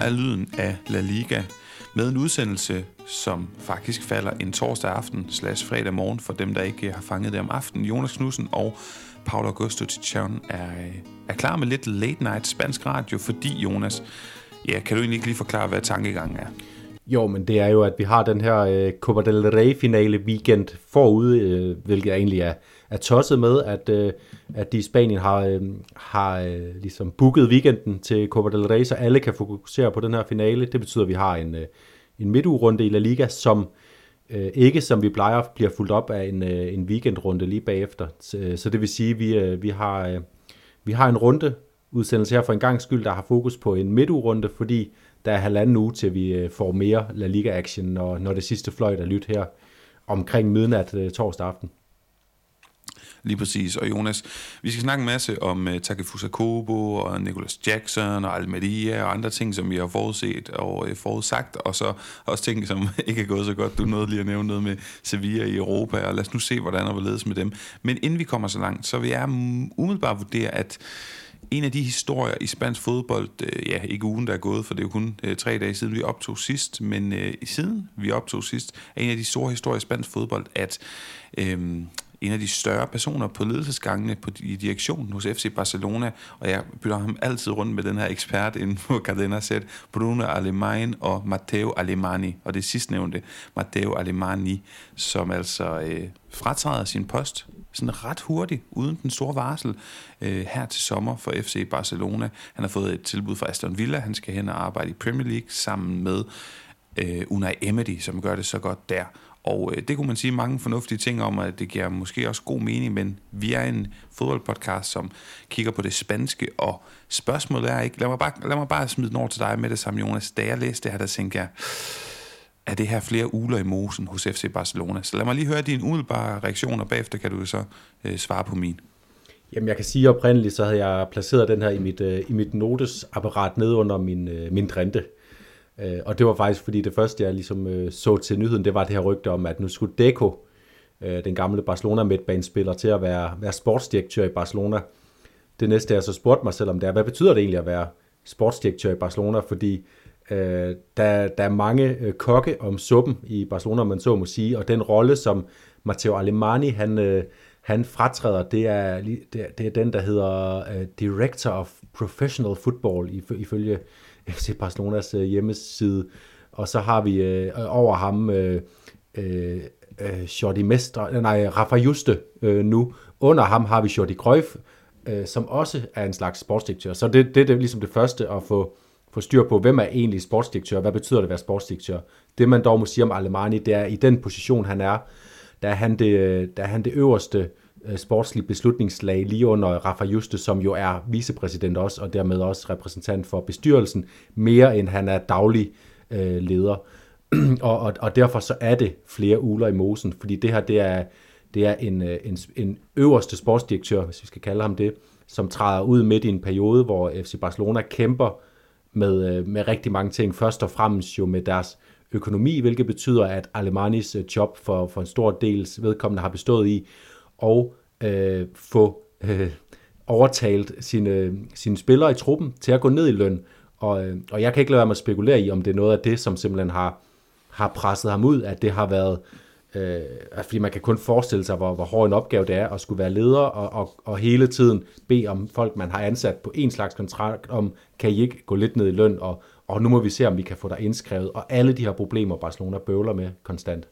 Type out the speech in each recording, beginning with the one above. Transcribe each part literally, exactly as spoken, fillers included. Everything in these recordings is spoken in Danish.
er lyden af La Liga med en udsendelse, som faktisk falder en torsdag aften slash fredag morgen for dem, der ikke har fanget det om aftenen. Jonas Knudsen og Paul Augusto Tichon er, er klar med lidt late night spansk radio, fordi Jonas, ja, kan du egentlig ikke lige forklare, hvad tankegangen er? Jo, men det er jo, at vi har den her øh, Copa del Rey-finale weekend forude, øh, hvilket egentlig er, er tosset med, at, øh, at de i Spanien har, øh, har øh, ligesom booket weekenden til Copa del Rey, så alle kan fokusere på den her finale. Det betyder, at vi har en, øh, en midtugerunde i La Liga, som øh, ikke, som vi plejer, bliver fuldt op af en, øh, en weekendrunde lige bagefter. Så, så det vil sige, at vi, øh, vi, har, øh, vi har en runde udsendelse her for en gang skyld, der har fokus på en midtugerunde, fordi der er halvanden uge til vi får mere La Liga-action, når, når det sidste fløjt er lyt her omkring midnat uh, torsdag aften. Lige præcis. Og Jonas, vi skal snakke en masse om uh, Takefusa Kobo og Nicolas Jackson og Almeria og andre ting, som vi har forudset og uh, forudsagt, og så også ting, som ikke er gået så godt. Du nåede lige at nævne noget med Sevilla i Europa, og lad os nu se, hvordan der vil ledes med dem. Men inden vi kommer så langt, så vil jeg umiddelbart vurdere, at en af de historier i spansk fodbold, øh, ja, ikke ugen, der er gået, for det er jo kun øh, tre dage siden, vi optog sidst, men øh, siden vi optog sidst, er en af de store historier i spansk fodbold, at øh, en af de større personer på ledelsesgangene på, i direktionen hos F C Barcelona, og jeg bytter ham altid rundt med den her ekspert inden på Cadena Z, Bruno Alemany og Matteo Alemany, og det sidstnævnte, Matteo Alemany, som altså øh, fratræder sin post sådan ret hurtigt, uden den store varsel, øh, her til sommer for F C Barcelona. Han har fået et tilbud fra Aston Villa, han skal hen og arbejde i Premier League sammen med øh, Unai Emery, som gør det så godt der. Og øh, det kunne man sige mange fornuftige ting om, at det giver måske også god mening, men vi er en fodboldpodcast, som kigger på det spanske, og spørgsmålet er ikke, lad mig bare, lad mig bare smide den over til dig med det samme, Jonas. Da jeg læste det her, der tænkte jeg, er det her flere uler i mosen hos F C Barcelona? Så lad mig lige høre dine umiddelbare reaktioner, bagefter kan du så øh, svare på min. Jamen jeg kan sige oprindeligt, så havde jeg placeret den her i mit, øh, i mit notesapparat nede under min, øh, min drinte. Øh, og det var faktisk fordi det første, jeg ligesom øh, så til nyheden, det var det her rygte om, at nu skulle Deco, øh, den gamle Barcelona-midtbanespiller, til at være, være sportsdirektør i Barcelona. Det næste, jeg så spurgte mig selv om, det er, hvad betyder det egentlig at være sportsdirektør i Barcelona? Fordi Øh, der, der er mange øh, kokke om suppen i Barcelona, man så må sige, og den rolle, som Matteo Alemany, han, øh, han fratræder, det er, det, er, det er den, der hedder øh, Director of Professional Football, ifølge F C Barcelonas øh, hjemmeside. Og så har vi øh, over ham øh, øh, Jordi Mestre, nej, Rafa Juste øh, nu. Under ham har vi Jordi Cruyff, øh, som også er en slags sportsdirektør. Så det, det er ligesom det første at få få styr på, hvem er egentlig sportsdirektør, hvad betyder det at være sportsdirektør. Det man dog må sige om Alemany, det er, i den position han er, der er han det, der er han det øverste sportslige beslutningslag lige under Rafa Juste, som jo er vicepræsident også, og dermed også repræsentant for bestyrelsen, mere end han er daglig øh, leder. og, og, og derfor så er det flere uler i mosen, fordi det her, det er, det er en, en, en øverste sportsdirektør, hvis vi skal kalde ham det, som træder ud midt i en periode, hvor F C Barcelona kæmper Med, med rigtig mange ting. Først og fremmest jo med deres økonomi, hvilket betyder, at Alemanys job for, for en stor dels vedkommende har bestået i at øh, få øh, overtalt sine, sine spillere i truppen til at gå ned i løn. Og, øh, og jeg kan ikke lade være med at spekulere i, om det er noget af det, som simpelthen har, har presset ham ud, at det har været, øh, fordi man kan kun forestille sig, hvor, hvor hård en opgave det er at skulle være leder og, og, og hele tiden bede om folk, man har ansat på en slags kontrakt, om kan I ikke gå lidt ned i løn, og, og nu må vi se, om vi kan få dig indskrevet, og alle de her problemer, Barcelona bøvler med konstant.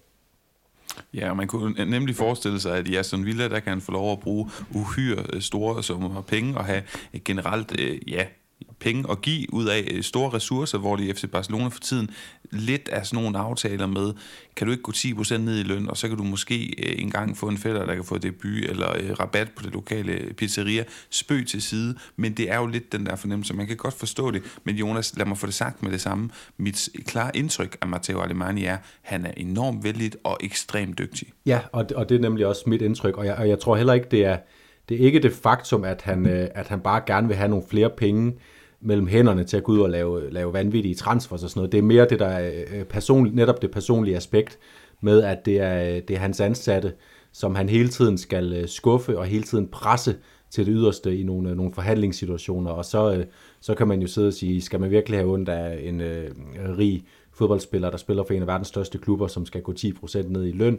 Ja, man kunne nemlig forestille sig, at i Aston Villa, der kan han få lov at bruge uhyre store summer penge, og have generelt, ja, penge at give ud af store ressourcer, hvor de i F C Barcelona for tiden lidt af sådan nogle aftaler med, kan du ikke gå ti procent ned i løn, og så kan du måske engang få en fætter, der kan få debut, eller rabat på det lokale pizzeria, spøg til side, men det er jo lidt den der fornemmelse, man kan godt forstå det, men Jonas, lad mig få det sagt med det samme, mit klare indtryk af Matteo Alemany er, han er enormt vældigt og ekstremt dygtig. Ja, og det, og det er nemlig også mit indtryk, og jeg, og jeg tror heller ikke, det er Det er ikke det faktum, at han, at han bare gerne vil have nogle flere penge mellem hænderne til at gå ud og lave, lave vanvittige transfers og sådan noget. Det er mere det der person, netop det personlige aspekt med, at det er, det er hans ansatte, som han hele tiden skal skuffe og hele tiden presse til det yderste i nogle, nogle forhandlingssituationer, og så, øh, så kan man jo sidde og sige, skal man virkelig have ondt af en øh, rig fodboldspiller, der spiller for en af verdens største klubber, som skal gå ti procent ned i løn?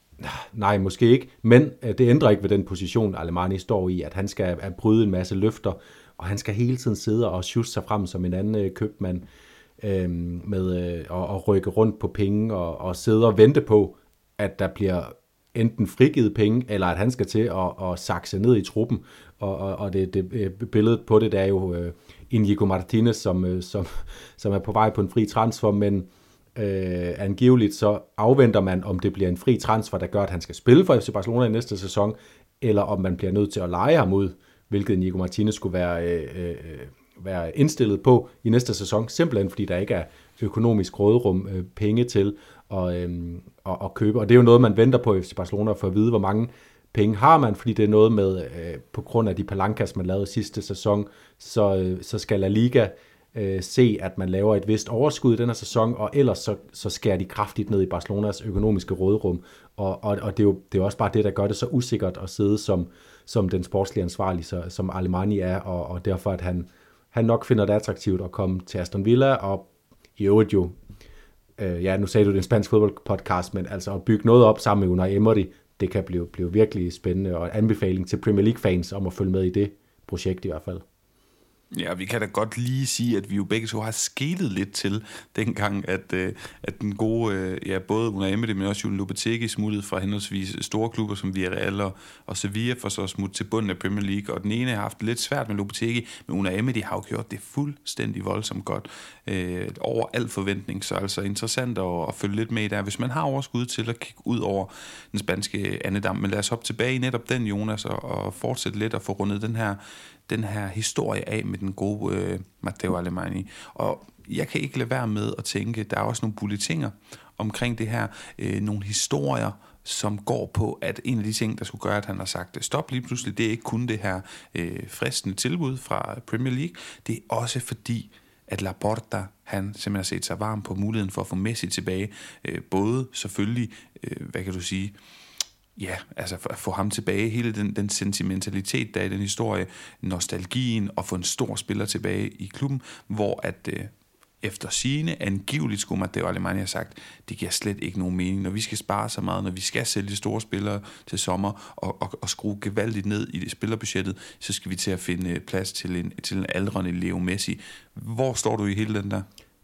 Nej, måske ikke, men det ændrer ikke ved den position, Alemany står i, at han skal bryde en masse løfter, og han skal hele tiden sidde og sjusse sig frem som en anden købmand, øh, med øh, at rykke rundt på penge, og, og sidde og vente på, at der bliver enten frigivet penge, eller at han skal til at, at sakse ned i truppen, og, og, og det, det billedet på det, der er jo øh, Inigo Martinez, som, øh, som, som er på vej på en fri transfer, men Øh, angiveligt så afventer man, om det bliver en fri transfer, der gør, at han skal spille for F C Barcelona i næste sæson, eller om man bliver nødt til at leje ham ud, hvilket Nico Martinez skulle være, øh, øh, være indstillet på i næste sæson, simpelthen fordi der ikke er økonomisk råderum, øh, penge til at, øh, at, at købe. Og det er jo noget, man venter på i F C Barcelona for at vide, hvor mange penge har man, fordi det er noget med, øh, på grund af de palancas, man lavede sidste sæson, så, øh, så skal La Liga se, at man laver et vist overskud i den her sæson, og ellers så, så skærer de kraftigt ned i Barcelonas økonomiske råderum, og, og, og det, er jo, det er jo også bare det, der gør det så usikkert at sidde som, som den sportslige ansvarlige, så, som Alemany er, og, og derfor, at han, han nok finder det attraktivt at komme til Aston Villa, og i øvrigt jo, øh, ja, nu sagde du, det er en spansk fodboldpodcast, men altså at bygge noget op sammen med Unai Emery, det kan blive, blive virkelig spændende, og anbefaling til Premier League-fans om at følge med i det projekt i hvert fald. Ja, vi kan da godt lige sige, at vi jo begge så har skelet lidt til dengang, at, øh, at den gode, øh, ja, både Unai Emery, men også Julen Lopetegui smuttede fra henholdsvis store klubber som Villarreal og, og Sevilla, for så at smutte til bunden af Premier League, og den ene har haft lidt svært med Lopetegui, men Unai Emery har jo gjort det fuldstændig voldsomt godt, øh, over al forventning, så altså interessant at, at følge lidt med i der, hvis man har overskud til at kigge ud over den spanske andedam. Men lad os hoppe tilbage i netop den, Jonas, og, og fortsætte lidt og få rundet den her den her historie af med den gode øh, Matteo Alemany. Og jeg kan ikke lade være med at tænke, der er også nogle bulletinger omkring det her, øh, nogle historier, som går på, at en af de ting, der skulle gøre, at han har sagt stop lige pludselig, det er ikke kun det her øh, fristende tilbud fra Premier League, det er også fordi, at Laporta, han simpelthen har set sig varm på muligheden for at få Messi tilbage, øh, både selvfølgelig, øh, hvad kan du sige, ja, altså at få ham tilbage, hele den, den sentimentalitet, der er i den historie, nostalgien, og få en stor spiller tilbage i klubben, hvor at øh, efter sigende angiveligt skulle Matteo Alemany have sagt, det giver slet ikke nogen mening, når vi skal spare så meget, når vi skal sælge store spillere til sommer, og, og, og skrue gevaldigt ned i det spillerbudgettet, så skal vi til at finde plads til en, til en aldrende Leo Messi. Hvor står du i hele den der?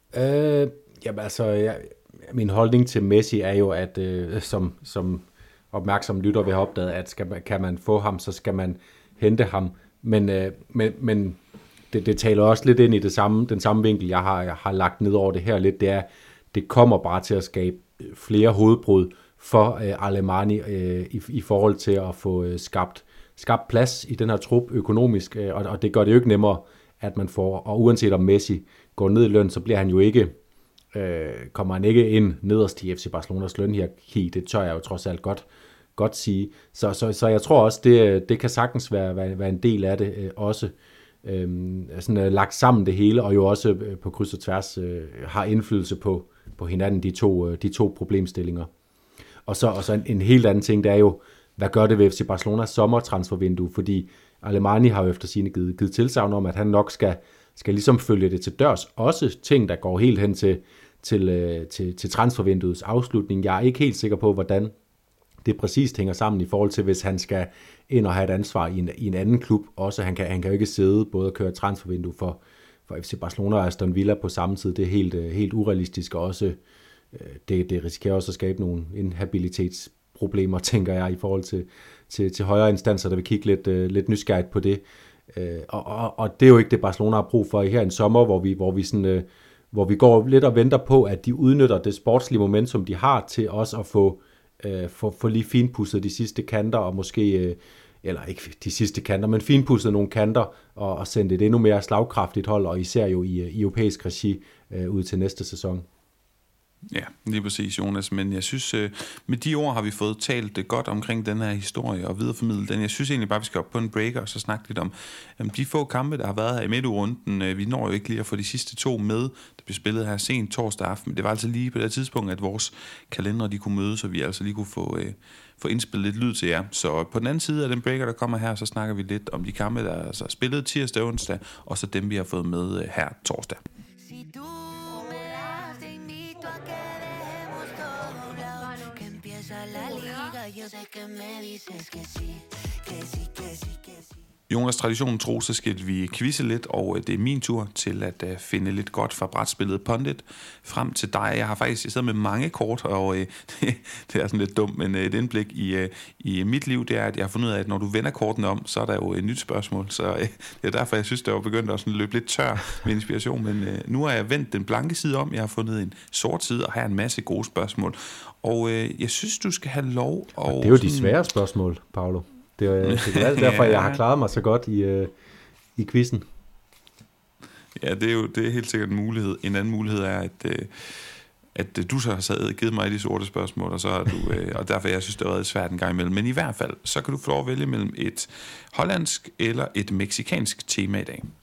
Øh, jamen altså, jeg, min holdning til Messi er jo, at øh, som... som opmærksom lytter vil have opdaget, at skal man, kan man få ham, så skal man hente ham. Men, øh, men, men det, det taler også lidt ind i det samme, den samme vinkel, jeg har, jeg har lagt ned over det her lidt, det er, det kommer bare til at skabe flere hovedbrud for øh, Alemany øh, i, i forhold til at få øh, skabt, skabt plads i den her trup økonomisk, øh, og, og det gør det jo ikke nemmere, at man får, og uanset om Messi går ned i løn, så bliver han jo ikke øh, kommer han ikke ind nederst i F C Barcelonas lønhierarki, det tør jeg jo trods alt godt, godt sige. Så, så, så jeg tror også, det, det kan sagtens være, være, være en del af det øh, også. Øh, sådan øh, lagt sammen det hele, og jo også øh, på kryds og tværs øh, har indflydelse på, på hinanden, de to, øh, de to problemstillinger. Og så, og så en, en helt anden ting, det er jo, hvad gør det ved F C Barcelonas sommertransfervindue, fordi Alemany har jo efter sine givet, givet tilsagn om, at han nok skal, skal ligesom følge det til dørs. Også ting, der går helt hen til, til, til, til transfervinduets afslutning. Jeg er ikke helt sikker på, hvordan det præcist hænger sammen i forhold til, hvis han skal ind og have et ansvar i en, i en anden klub. Også han kan, han kan jo ikke sidde både og køre transfervindue for, for F C Barcelona og Aston Villa på samme tid. Det er helt, helt urealistisk, og også, det, det risikerer også at skabe nogle inhabilitetsproblemer, tænker jeg, i forhold til, til, til højere instanser, der vil kigge lidt, lidt nysgerrigt på det. Og, og, og det er jo ikke det, Barcelona har brug for her en sommer, hvor vi, hvor vi sådan... hvor vi går lidt og venter på, at de udnytter det sportslige momentum, de har, til også at få, øh, få, få lige finpudset de sidste kanter, og måske, øh, eller ikke de sidste kanter, men finpudset nogle kanter, og, og sendt et endnu mere slagkraftigt hold, og især jo i, i europæisk regi øh, ud til næste sæson. Ja, lige præcis, Jonas. Men jeg synes, øh, med de ord har vi fået talt det godt omkring den her historie og videreformidlet den. Jeg synes egentlig bare, vi skal op på en breaker og så snakke lidt om øh, de få kampe, der har været her i midtugerunden. Øh, vi når jo ikke lige at få de sidste to med. Det blev spillet her sent torsdag aften. Det var altså lige på det tidspunkt, at vores kalendere de kunne mødes, så vi altså lige kunne få, øh, få indspillet lidt lyd til jer. Så på den anden side af den breaker, der kommer her, så snakker vi lidt om de kampe, der er altså spillet tirsdag og onsdag, og så dem, vi har fået med øh, her torsdag. Jonas, traditionen tro, så skal vi quizze lidt, og det er min tur til at uh, finde lidt godt fra brætspillet Pundit frem til dig. Jeg har faktisk jeg sidder med mange kort, og uh, det, det er sådan lidt dumt, men uh, et indblik i, uh, i mit liv, det er, at jeg har fundet ud af, at når du vender kortene om, så er der jo et nyt spørgsmål. Så uh, det er derfor, jeg synes, det var begyndt at sådan løbe lidt tør med inspiration. Men uh, nu har jeg vendt den blanke side om. Jeg har fundet en sort side, og her er en masse gode spørgsmål. Og uh, jeg synes, du skal have lov. Og det er jo sådan... de svære spørgsmål, Paolo. Det er, det er derfor, jeg har klaret mig så godt i, øh, i quizzen. Ja, det er jo det er helt sikkert en mulighed. En anden mulighed er, at, øh, at du så har sad, givet mig de sorte spørgsmål, og, så er du, øh, og derfor jeg synes, det har været svært en gang imellem. Men i hvert fald, så kan du få lov at vælge mellem et hollandsk eller et meksikansk tema i dag.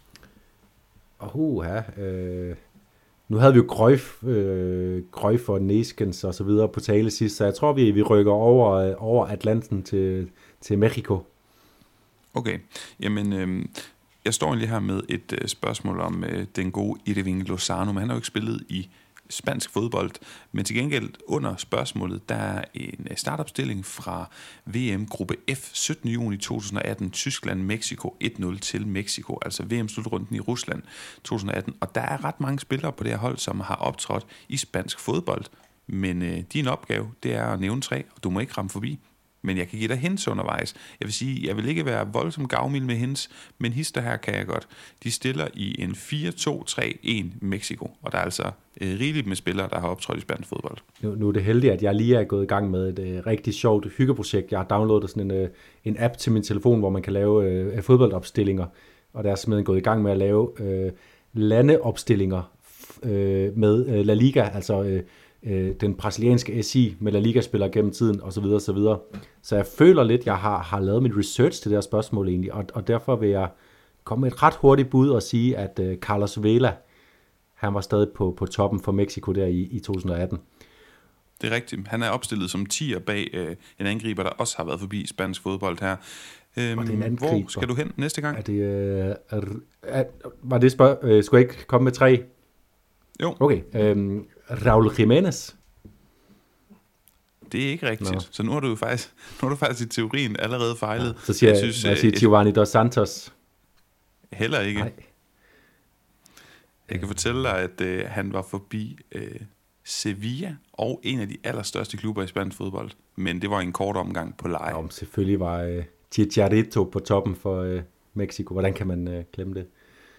Uh, ja, øh, nu havde vi jo Cruyff, øh, Cruyff og Neskens og så videre på tale sidst, så jeg tror, vi, vi rykker over, over Atlanten til... til Mexico. Okay, jamen øh, jeg står egentlig her med et øh, spørgsmål om øh, den gode Irving Lozano, men han har jo ikke spillet i spansk fodbold, men til gengæld under spørgsmålet, der er en startopstilling fra V M-gruppe F syttende juni to tusind og atten, Tyskland-Mexico et nul til Mexico, altså V M-slutrunden i Rusland to tusind og atten, og der er ret mange spillere på det her hold, som har optrådt i spansk fodbold, men øh, din opgave, det er at nævne tre, og du må ikke ramme forbi. Men jeg kan give dig hints undervejs. Jeg vil sige, jeg vil ikke være voldsomt gavmild med hints, men hister her kan jeg godt. De stiller i en fire to tre en Mexico, og der er altså øh, rigeligt med spillere, der har optrådt i spansk fodbold. Nu, nu er det heldigt, at jeg lige er gået i gang med et øh, rigtig sjovt hyggeprojekt. Jeg har downloadet sådan en, øh, en app til min telefon, hvor man kan lave øh, fodboldopstillinger, og der er simpelthen gået i gang med at lave øh, landeopstillinger øh, med øh, La Liga, altså... Øh, den brasilianske S I med La Liga-spillere gennem tiden, og så videre, så videre. Så jeg føler lidt, jeg har, har lavet mit research til det her spørgsmål egentlig, og, og derfor vil jeg komme med et ret hurtigt bud og sige, at uh, Carlos Vela, han var stadig på, på toppen for Mexico der i, i to tusind og atten. Det er rigtigt. Han er opstillet som tier bag øh, en angriber, der også har været forbi spansk fodbold her. Øhm, hvor skal du hen næste gang? Er det, øh, er, er, var det spørg... Øh, skulle jeg ikke komme med tre? Jo. Okay. Øhm, Raúl Jiménez. Det er ikke rigtigt. No. Så nu har du faktisk, nu har du faktisk i teorien allerede fejlet. Ja, så siger jeg, jeg, synes, jeg siger Giovanni dos Santos. Heller ikke. Nej. Jeg kan fortælle dig, at øh, han var forbi øh, Sevilla og en af de allerstørste klubber i spansk fodbold. Men det var en kort omgang på leje. Ja, selvfølgelig var øh, Chicharito på toppen for øh, Mexico. Hvordan kan man øh, glemme det?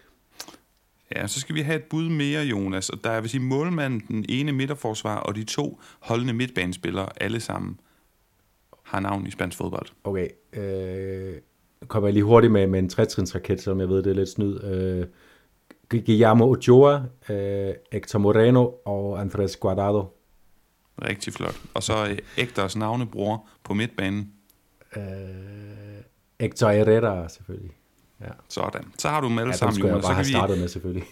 Ja, så skal vi have et bud mere, Jonas. Og der er, vil sige, målmanden, den ene midterforsvar og de to holdende midtbanespillere, alle sammen har navn i spansk fodbold. Okay, øh, kommer jeg lige hurtigt med, med en tretrinsraket, som jeg ved, det er lidt snyd. Øh, Guillermo Ochoa, øh, Héctor Moreno og Andrés Guardado. Rigtig flot. Og så øh, Héctors navnebror på midtbanen. Øh, Héctor Herrera, selvfølgelig. Ja. Sådan. Så har du dem alle ja, sammen, Jonas. Så kan have vi startet med, selvfølgelig.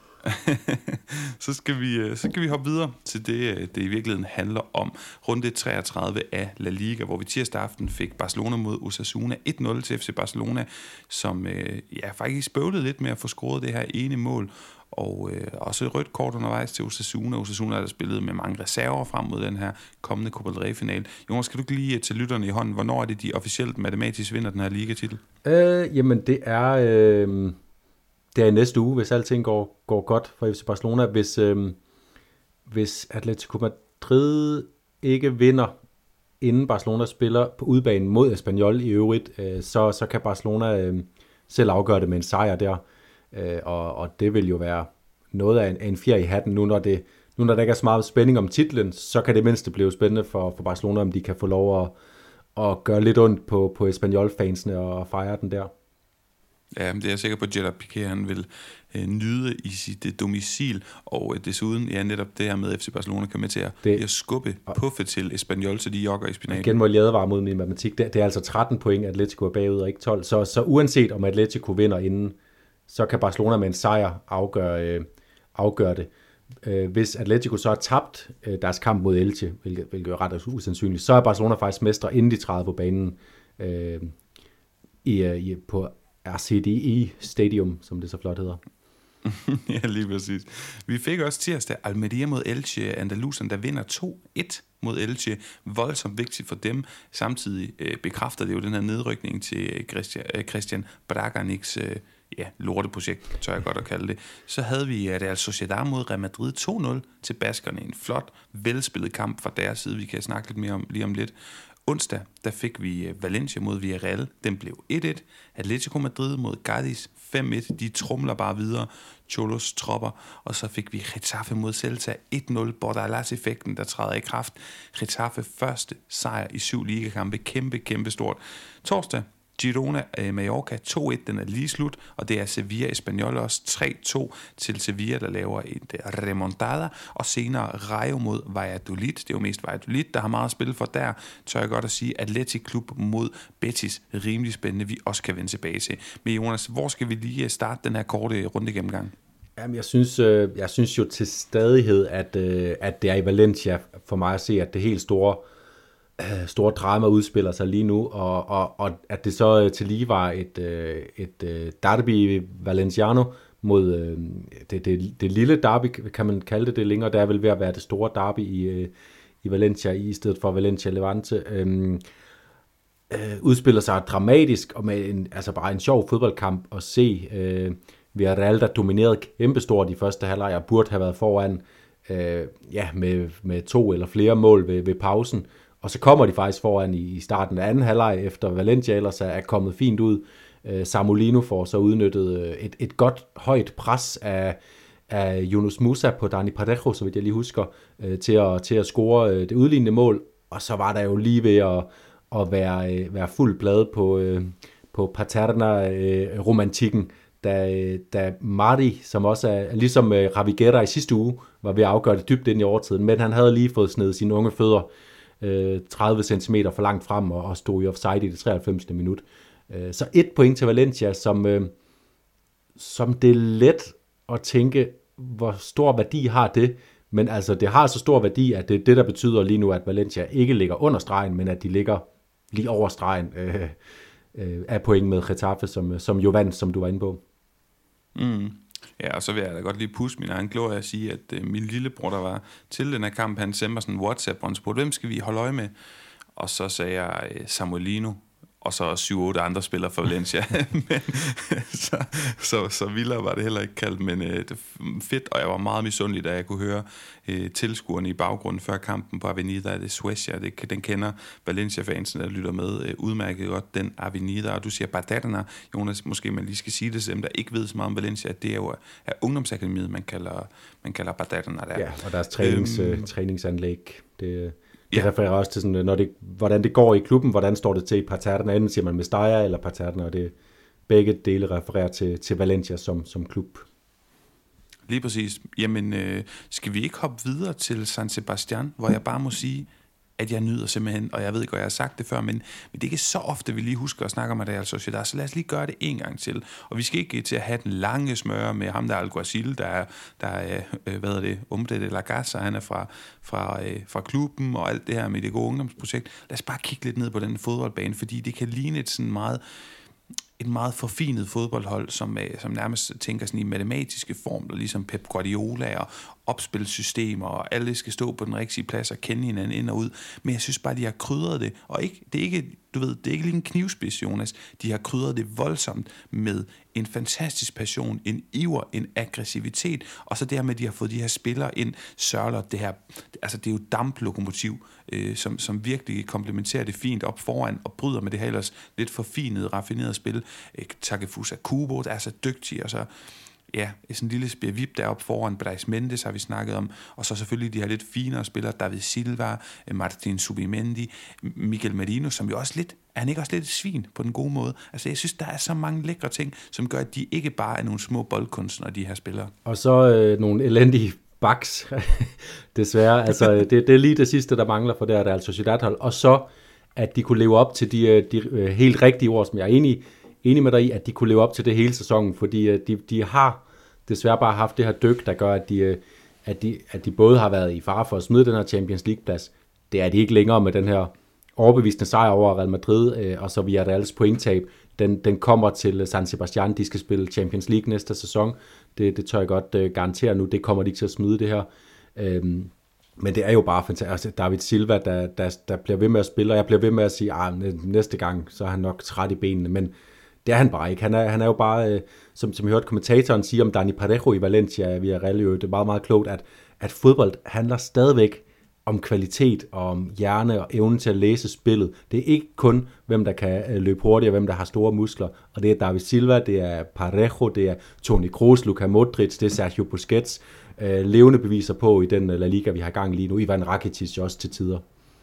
så, skal vi, så skal vi hoppe videre til det, det i virkeligheden handler om. Runde treogtredive af La Liga, hvor vi tirsdag aften fik Barcelona mod Osasuna et nul til F C Barcelona, som ja, faktisk spøvlede lidt med at få scoret det her ene mål. Og øh, også et rødt kort undervejs til Osasuna. Osasuna er der spillet med mange reserver frem mod den her kommende Copa del Rey-final. Jonas, skal du ikke lige til lytterne i hånden, hvornår er det, de officielt matematisk vinder den her ligatitel? Øh, jamen, det er, øh, det er i næste uge, hvis alting går, går godt for F C Barcelona. Hvis, øh, hvis Atletico Madrid ikke vinder, inden Barcelona spiller på udbanen mod Espanyol i øvrigt, øh, så, så kan Barcelona øh, selv afgøre det med en sejr der. Øh, og, og det vil jo være noget af en, af en fjer i hatten, nu når, det, nu når der ikke er så meget spænding om titlen, så kan det mindste blive spændende for, for Barcelona, om de kan få lov at, at gøre lidt ondt på, på Espanyol-fansene og fejre den der. Ja, det er jeg sikker på, at Gerard Piqué, han vil øh, nyde i sit øh, domicil, og øh, desuden, ja, netop det her med F C Barcelona kan med til at, det, at skubbe puffe til Espanyol, så de jogger i spinaten. Igen må jeg advare mod min matematik. Det, det er altså tretten point, Atletico er bagud og ikke tolv. Så, så uanset om Atletico vinder inden, så kan Barcelona med en sejr afgøre, øh, afgøre det. Øh, hvis Atletico så har tabt øh, deres kamp mod Elche, hvilket, hvilket er ret usandsynligt, så er Barcelona faktisk mestre, inden de træder på banen øh, i, i, på R C D E Stadium, som det så flot hedder. Ja, lige præcis. Vi fik også tirsdag Almeria mod Elche, Andalusien, der vinder to et mod Elche. Voldsomt vigtigt for dem. Samtidig øh, bekræfter det jo den her nedrykning til Christian, øh, Christian Braganics øh, ja, lorteprojekt, tør jeg godt at kalde det. Så havde vi uh, Real Sociedad mod Real Madrid to nul til baskerne. En flot, velspillet kamp fra deres side. Vi kan snakke lidt mere om lige om lidt. Onsdag, der fik vi Valencia mod Villarreal. Den blev et et. Atletico Madrid mod Cadiz fem et. De trumler bare videre. Cholos tropper. Og så fik vi Getafe mod Celta et nul. Bordalas-effekten, der træder i kraft. Getafe første sejr i syv ligakampe. Kæmpe, kæmpe stort. Torsdag, Girona Mallorca to et, den er lige slut, og det er Sevilla Espanyol også tre to til Sevilla, der laver et remontada, og senere Rayo mod Valladolid. Det er jo mest Valladolid, der har meget at spille for der, tør jeg godt at sige. Athletic Klub mod Betis, rimelig spændende, vi også kan vende tilbage til. Men Jonas, hvor skal vi lige starte den her korte runde gennemgang? Jamen, jeg synes, jeg synes jo til stadighed, at, at det er i Valencia for mig at se, at det helt store store drama udspiller sig lige nu, og, og, og at det så til lige var et, et derby Valenciano mod det, det, det lille derby, kan man kalde det det længere, der er vel ved at være det store derby i, i Valencia, i stedet for Valencia Levante. Øhm, øh, udspiller sig dramatisk, og med en, altså bare en sjov fodboldkamp at se. Øh, Villarreal, der dominerede kæmpestort i første halvleg, og burde have været foran øh, ja, med, med to eller flere mål ved, ved pausen. Og så kommer de faktisk foran i starten af anden halvleg, efter Valencia ellers er kommet fint ud. Samolino får så udnyttet et, et godt højt pres af, af Yunus Musa på Dani Parejo, så vidt jeg lige husker, til at, til at score det udlignende mål. Og så var der jo lige ved at, at være, være fuld blade på, på Paterna-romantikken, da, da Mari, som også er ligesom Raviguera i sidste uge, var ved at afgøre det dybt ind i overtiden, men han havde lige fået snedet sine unge fødder tredive centimeter for langt frem og stod i offside i det treoghalvfemsende minut. Så et point til Valencia, som, som det er let at tænke, hvor stor værdi har det, men altså det har så stor værdi, at det er det, der betyder lige nu, at Valencia ikke ligger under stregen, men at de ligger lige over stregen øh, øh, af point med Getafe, som, som jo vandt, som du var inde på. Mm. Ja, og så vil jeg da godt lige pusse min egen glorie og sige, at øh, min lillebror, der var til den her kamp, han sendte mig sådan en WhatsApp, og han spurgte, hvem skal vi holde øje med? Og så sagde jeg øh, Samuelino, og så syv otte andre spillere for Valencia. men, så, så, så vildere var det heller ikke kaldt, men øh, det fedt, og jeg var meget misundelig, da jeg kunne høre øh, tilskuerne i baggrunden før kampen på Avenida de Suecia. Det, den kender Valencia-fansen, der lytter med øh, udmærket godt, den Avenida. Og du siger Paterna, Jonas, måske man lige skal sige det til dem, der ikke ved så meget om Valencia, det er jo er ungdomsakademiet, man kalder, man kalder Paterna der. Ja, og deres trænings, øhm, øh, træningsanlæg, det... Det ja. refererer også til, sådan, når det, hvordan det går i klubben, hvordan står det til i Paterna, enten siger man Mestalla eller Paterna, og det begge dele refererer til, til Valencia som, som klub. Lige præcis. Jamen, øh, skal vi ikke hoppe videre til San Sebastian, hvor jeg bare må sige, at jeg nyder simpelthen, og jeg ved ikke, hvad jeg har sagt det før, men, men det er ikke så ofte, vi lige husker at snakke om Real Sociedad, så lad os lige gøre det en gang til. Og vi skal ikke til at have den lange smøre med ham, der er Alguacil, der er, der er øh, hvad er det, Umbre de la Casa, han er fra, fra, øh, fra klubben, og alt det her med det gode ungdomsprojekt. Lad os bare kigge lidt ned på den fodboldbane, fordi det kan ligne et sådan meget... et meget forfinet fodboldhold, som, som nærmest tænker sådan i matematiske formler, ligesom Pep Guardiola og opspilsystemer, og alle skal stå på den rigtige plads og kende hinanden ind og ud. Men jeg synes bare, de har krydret det, og ikke, det er ikke, du ved, det er ikke lige en knivspids, Jonas. De har krydret det voldsomt med en fantastisk passion, en iver, en aggressivitet, og så det her med, at de har fået de her spillere ind, Sørler, det her, altså det er jo damplokomotiv, øh, som, som virkelig komplementerer det fint op foran, og bryder med det her ellers lidt forfinede, raffinerede spil. Øh, Takefusa Kubo, der er så dygtig, og så ja, sådan en lille spirvip deroppe foran. Brais Mendes har vi snakket om, og så selvfølgelig de her lidt finere spillere, David Silva, Martin Subimendi, Mikel Merino, som jo også lidt, er han ikke også lidt et svin på den gode måde? Altså jeg synes, der er så mange lækre ting, som gør, at de ikke bare er nogle små boldkunstnere, de her spillere. Og så øh, nogle elendige backs, desværre. Altså det, det er lige det sidste, der mangler for det her Real Sociedad-hold. Og så, at de kunne leve op til de, de helt rigtige ord, som jeg er enig, enig med dig i, at de kunne leve op til det hele sæsonen, fordi de, de har desværre bare haft det her dyk, der gør, at de, at, de, at de både har været i fare for at smide den her Champions League-plads. Det er de ikke længere med den her overbevisende sejr over Real Madrid, og så via Reals pointtab. Den, den kommer til San Sebastian. De skal spille Champions League næste sæson. Det, det tør jeg godt uh, garantere nu. Det kommer de ikke til at smide, det her. Øhm, men det er jo bare fantastisk. Altså, David Silva, der, der, der bliver ved med at spille, og jeg bliver ved med at sige, at næste gang, så er han nok træt i benene. Men det er han bare ikke. Han er, han er jo bare, øh, som, som jeg hørte kommentatoren sige om Dani Parejo i Valencia via Real, det er meget, meget klogt, at, at fodbold handler stadigvæk om kvalitet og om hjerne og evnen til at læse spillet. Det er ikke kun, hvem der kan løbe hurtigt og hvem der har store muskler. Og det er David Silva, det er Parejo, det er Toni Kroos, Luka Modric, det er Sergio Busquets. Øh, levende beviser på i den La Liga, vi har gang lige nu. Ivan Rakitic også til tider.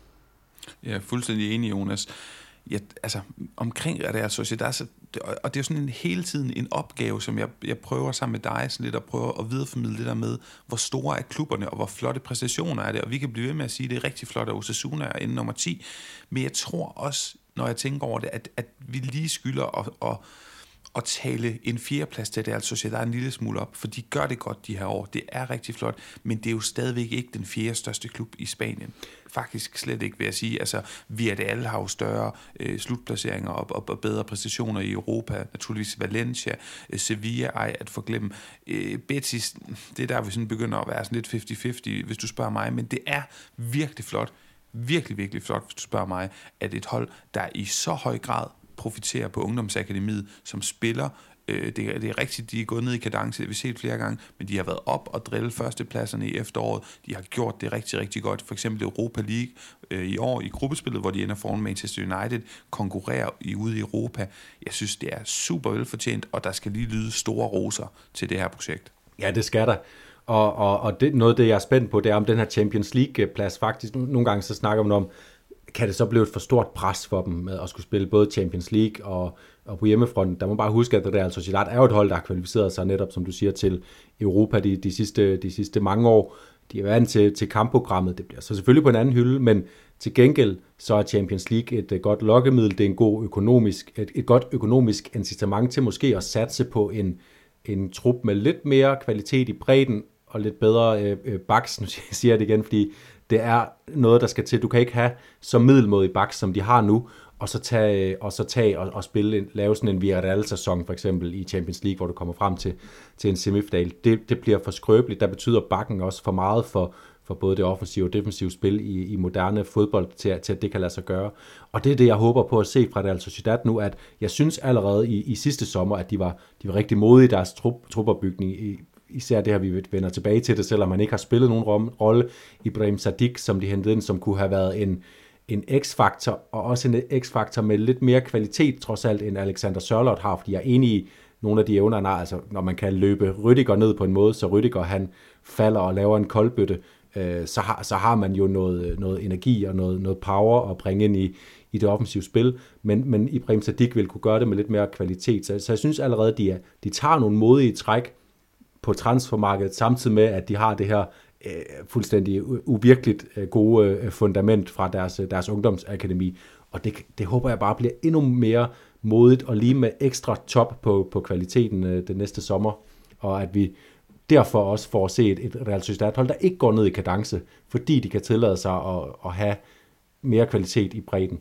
Jeg er fuldstændig enig, Jonas. Ja, altså, omkring Real Sociedad, så, og det er jo sådan en hele tiden en opgave, som jeg, jeg prøver sammen med dig sådan lidt at prøve at videreformidle det der med, hvor store er klubberne, og hvor flotte præstationer er det, og vi kan blive ved med at sige, at det er rigtig flot, at Osasuna er inde nummer ti, men jeg tror også, når jeg tænker over det, at, at vi lige skylder at, at, at tale en fjerdeplads til Real Sociedad en lille smule op, for de gør det godt de her år, det er rigtig flot, men det er jo stadigvæk ikke den fjerde største klub i Spanien. Faktisk slet ikke, vil jeg sige. Altså, Villarreal har jo større øh, slutplaceringer og, og, og bedre præstationer i Europa. Naturligvis Valencia, øh, Sevilla, ej at forglemme. Øh, Betis, det er der, vi sådan begynder at være sådan lidt halvtreds halvtreds, hvis du spørger mig. Men det er virkelig flot, virkelig, virkelig flot, hvis du spørger mig, at et hold, der i så høj grad profiterer på ungdomsakademiet, som spiller. Det er, det er rigtigt, de er gået ned i kadence, det har vi set flere gange, men de har været op og drille førstepladserne i efteråret. De har gjort det rigtig, rigtig godt. For eksempel Europa League øh, i år i gruppespillet, hvor de ender foran Manchester United, konkurrerer i ude i Europa. Jeg synes, det er super velfortjent, og der skal lige lyde store roser til det her projekt. Ja, det skal der. Og, og, og det, noget af det, jeg er spændt på, det er om den her Champions League-plads faktisk. Nogle gange så snakker man om, kan det så blive et for stort pres for dem med at skulle spille både Champions League og, og på hjemmefronten. Der må bare huske, at det Real Sociedad er jo et hold, der har kvalificeret sig netop, som du siger, til Europa de, de, sidste, de sidste mange år. De er vant til, til kampprogrammet. Det bliver så selvfølgelig på en anden hylde, men til gengæld så er Champions League et godt lokkemiddel. Det er en god økonomisk, et, et godt økonomisk incitament til måske at satse på en, en trup med lidt mere kvalitet i bredden og lidt bedre øh, øh, backs. Nu siger jeg det igen, fordi det er noget, der skal til. Du kan ikke have så middelmådig backs, som de har nu, og så tage og, så tage og, og spille, lave sådan en Villarreal-sæson for eksempel i Champions League, hvor du kommer frem til, til en semifinal. Det, det bliver for skrøbeligt. Der betyder backen også for meget for, for både det offensive og defensive spil i, i moderne fodbold, til, til at det kan lade sig gøre. Og det er det, jeg håber på at se fra Real Sociedad nu, at jeg synes allerede i, i sidste sommer, at de var, de var rigtig modige i deres trup, trupperbygning i især det her, vi vender tilbage til det, selvom man ikke har spillet nogen rolle. Ibrahim Sadiq, som de hentede ind, som kunne have været en, en x-faktor, og også en x-faktor med lidt mere kvalitet, trods alt, end Alexander Sørloth har, fordi jeg er enig i nogle af de evner, han har. Altså, når man kan løbe Rüdiger ned på en måde, så Rüdiger han falder og laver en koldbøtte, øh, så, har, så har man jo noget, noget energi og noget, noget power at bringe ind i, i det offensive spil, men, men Ibrahim Sadiq vil kunne gøre det med lidt mere kvalitet. Så, så jeg synes allerede, de, er, de tager nogle modige træk på transfermarkedet, samtidig med, at de har det her øh, fuldstændig uvirkeligt øh, gode øh, fundament fra deres, deres ungdomsakademi. Og det, det håber jeg bare bliver endnu mere modigt, og lige med ekstra top på, på kvaliteten øh, det næste sommer. Og at vi derfor også får set et Real Sociedad-hold, der ikke går ned i kadence, fordi de kan tillade sig at, at have mere kvalitet i bredden.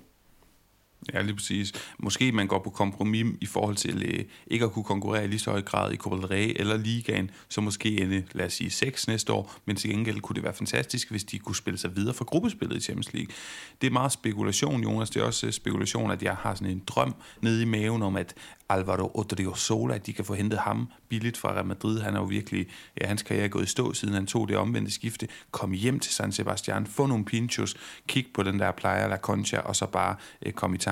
Ja, lige præcis. Måske man går på kompromis i forhold til øh, ikke at kunne konkurrere i lige så høj grad i Copa del Rey eller Ligaen, så måske ende, lad os sige, seks næste år, men til gengæld kunne det være fantastisk, hvis de kunne spille sig videre fra gruppespillet i Champions League. Det er meget spekulation, Jonas. Det er også spekulation, at jeg har sådan en drøm nede i maven om, at Alvaro Odriozola, at de kan få hentet ham billigt fra Real Madrid. Han er jo virkelig, ja, hans karriere er gået i stå, siden han tog det omvendte skifte. Kom hjem til San Sebastian, få nogle pinchos, kig på den der Playa La Concha, og så bare eh, komme i tanke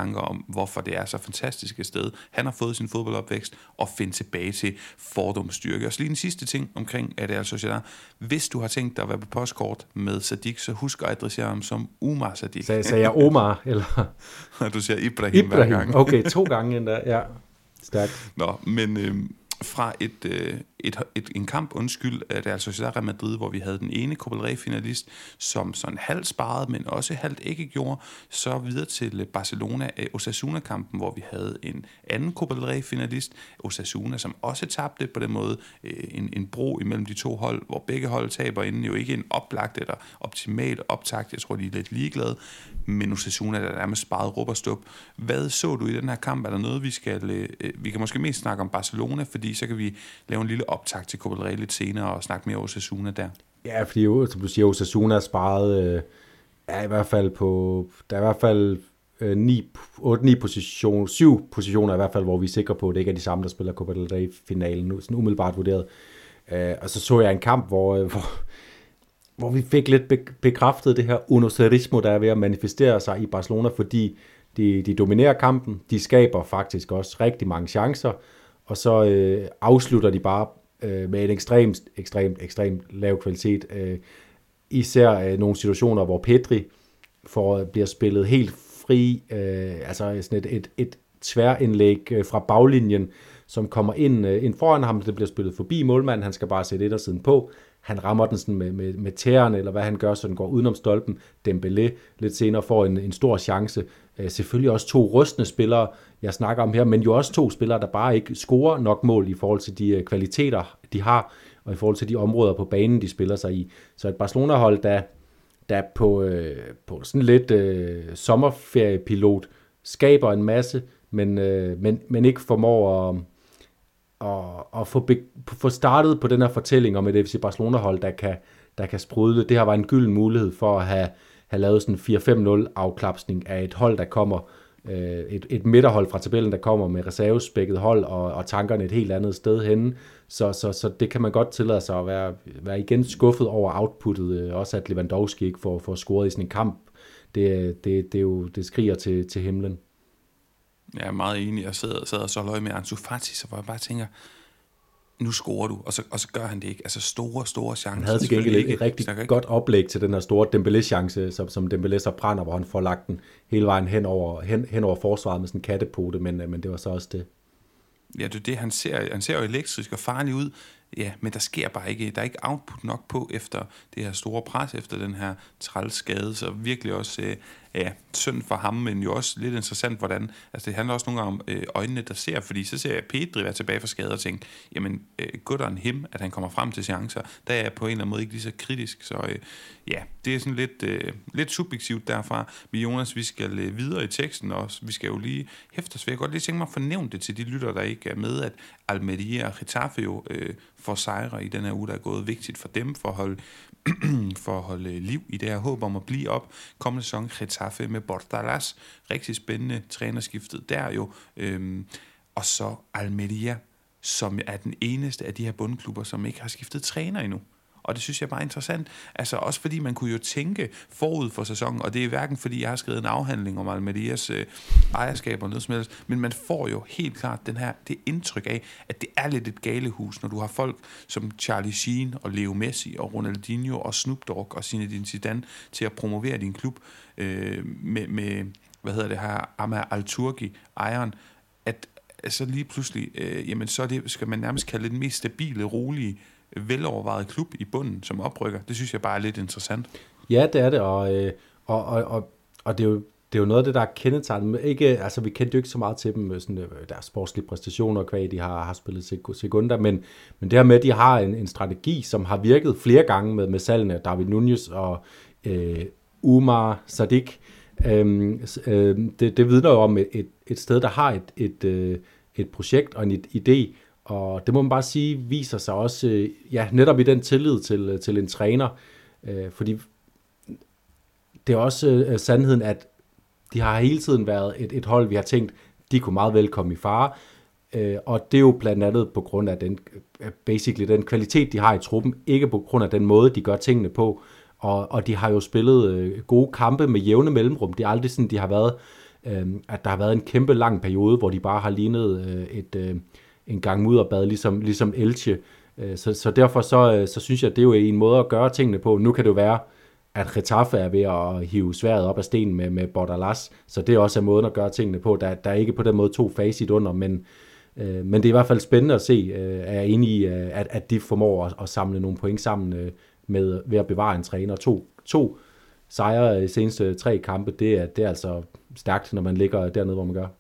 tanker om, hvorfor det er så fantastisk et sted. Han har fået sin fodboldopvækst og finde tilbage til fordomsstyrke. Og så lige den sidste ting omkring Real Sociedad. Hvis du har tænkt dig at være på postkort med Sadik, så husk at adressere ham som Umar Sadik. Så sagde jeg Omar, eller? Du siger Ibrahim, Ibrahim hver gang. Okay, to gange endda, ja. Stærkt. Nå, men øh, fra et, øh, et, et, en kamp, undskyld, at det altså Sociedad Real Madrid, hvor vi havde den ene Copa del Rey-finalist, som sådan halvt sparede, men også halvt ikke gjorde, så videre til Barcelona øh, Osasuna-kampen, hvor vi havde en anden Copa del Rey-finalist, Osasuna, som også tabte på den måde, øh, en, en bro imellem de to hold, hvor begge hold taber inden, jo ikke en oplagt eller optimal optakt, jeg tror, de er lidt ligeglade, men Osasuna der nærmest sparet råb og stup. Hvad så du i den her kamp? Er der noget, vi skal... Øh, vi kan måske mest snakke om Barcelona, fordi så kan vi lave en lille optakt til Copa del Rey lidt senere og snakke mere om Osasuna der. Ja, fordi jo, som du siger, Osasuna er sparet... Øh, er i hvert fald på... Der er i hvert fald øh, otte ni positioner, syv positioner i hvert fald, hvor vi er sikre på, at det ikke er de samme, der spiller Copa del Rey-finalen nu, sådan umiddelbart vurderet. Øh, og så så jeg en kamp, hvor... Øh, hvor hvor vi fik lidt bekræftet det her unocerismo, der er ved at manifestere sig i Barcelona, fordi de, de dominerer kampen, de skaber faktisk også rigtig mange chancer, og så øh, afslutter de bare øh, med en ekstremt, ekstremt, ekstremt lav kvalitet. Øh, især øh, nogle situationer, hvor Pedri får, bliver spillet helt fri, øh, altså sådan et, et, et tværindlæg øh, fra baglinjen, som kommer ind, øh, ind foran ham, det bliver spillet forbi målmanden, han skal bare sætte et og siden på. Han rammer den sådan med, med, med tæerne, eller hvad han gør, så den går udenom stolpen. Dembélé lidt senere får en, en stor chance. Øh, selvfølgelig også to rystende spillere, jeg snakker om her, men jo også to spillere, der bare ikke scorer nok mål i forhold til de uh, kvaliteter, de har, og i forhold til de områder på banen, de spiller sig i. Så et Barcelona-hold, der, der på, øh, på sådan lidt øh, sommerferiepilot skaber en masse, men, øh, men, men ikke formår at... og, og få, be, få startet på den her fortælling om et F C Barcelona-hold, der kan, der kan sprudle. Det her var en gylden mulighed for at have, have lavet sådan en fire fem nul afklapsning af et hold, der kommer, øh, et, et midterhold fra tabellen, der kommer med reservespækket hold, og, og tankerne et helt andet sted henne. Så, så, så det kan man godt tillade sig at være, være igen skuffet over outputtet, også at Lewandowski ikke får, får scoret i sådan en kamp. Det, det, det, er jo, det skriger til, til himlen. Jeg er meget enig. Jeg sidder, sidder og så løg med Ansu Fati, så hvor jeg bare tænker, nu scorer du, og så, og så gør han det ikke. Altså store, store chancer. Han havde til gengæld et, et rigtig ikke. godt oplæg til den her store Dembélé-chance, som, som Dembélé så brænder, hvor han får lagt den hele vejen hen over, hen, hen over forsvaret med sådan en kattepote, men, men det var så også det. Ja, det er det, han ser. Han ser jo elektrisk og farlig ud. Ja, men der sker bare ikke, der er ikke output nok på efter det her store pres, efter den her trælskade, så virkelig også, øh, ja, synd for ham, men jo også lidt interessant, hvordan, altså det handler også nogle gange om øh, øjnene, der ser, fordi så ser jeg Pedri være tilbage fra skade og tænke, jamen, øh, good on him, at han kommer frem til chancer, der er jeg på en eller anden måde ikke lige så kritisk, så øh, ja, det er sådan lidt, øh, lidt subjektivt derfra, men Jonas, vi skal øh, videre i teksten også, vi skal jo lige hæfte os ved, jeg godt lige tænke mig at fornævne det til de lyttere, der ikke er med, at Almeria og Getafe jo øh, får sejre i den her uge, der er gået vigtigt for dem, for at holde, for at holde liv i det her håb om at blive op. Kommende sæson Getafe med Bordalas, rigtig spændende trænerskiftet der jo, øhm, og så Almeria, som er den eneste af de her bundklubber, som ikke har skiftet træner endnu. Og det synes jeg bare er interessant. Altså også fordi man kunne jo tænke forud for sæsonen, og det er hverken fordi jeg har skrevet en afhandling om Almerias øh, ejerskab og noget som helst, men man får jo helt klart den her, det indtryk af, at det er lidt et galehus, når du har folk som Charlie Sheen og Leo Messi og Ronaldinho og Snoop Dogg og Zinedine Zidane til at promovere din klub øh, med, med, hvad hedder det her, Amar Al-Turki, ejeren, at så lige pludselig, øh, jamen så er det, skal man nærmest kalde det den mest stabile, rolige, velovervejet klub i bunden, som oprykker. Det synes jeg bare er lidt interessant. Ja, det er det, og, og, og, og, og det, er jo, det er jo noget af det, der er kendetegnet. Ikke, altså, vi kendte jo ikke så meget til dem, sådan, deres sportslige præstationer, hvad de har, har spillet sekunder, men, men det her med, at de har en, en strategi, som har virket flere gange med, med salgene af David Núñez og øh, Umar Sadik. Øhm, øh, det, det vidner jo om et, et, et sted, der har et, et, et, et projekt og en idé, og det må man bare sige, viser sig også, ja, netop i den tillid til, til en træner, øh, fordi det er også øh, sandheden, at de har hele tiden været et, et hold, vi har tænkt, de kunne meget vel komme i fare, øh, og det er jo blandt andet på grund af den, basically den kvalitet, de har i truppen, ikke på grund af den måde, de gør tingene på, og, og de har jo spillet øh, gode kampe med jævne mellemrum, det er aldrig sådan, de har været øh, at der har været en kæmpe lang periode, hvor de bare har lignet øh, et, øh, en gang mudderbad, ligesom, ligesom Elche. Øh, så, så derfor så, så synes jeg, at det er jo en måde at gøre tingene på. Nu kan det jo være, at Getafe er ved at hive sværet op af stenen med, med Bordalas, så det er også en måde at gøre tingene på. Der, der er ikke på den måde to facit under, men, øh, men det er i hvert fald spændende at se, øh, er jeg enig i, øh, at, at de formår at, at samle nogle point sammen øh, med, ved at bevare en træner. To, to sejre i seneste tre kampe, det er, det er altså stærkt, når man ligger dernede, hvor man gør.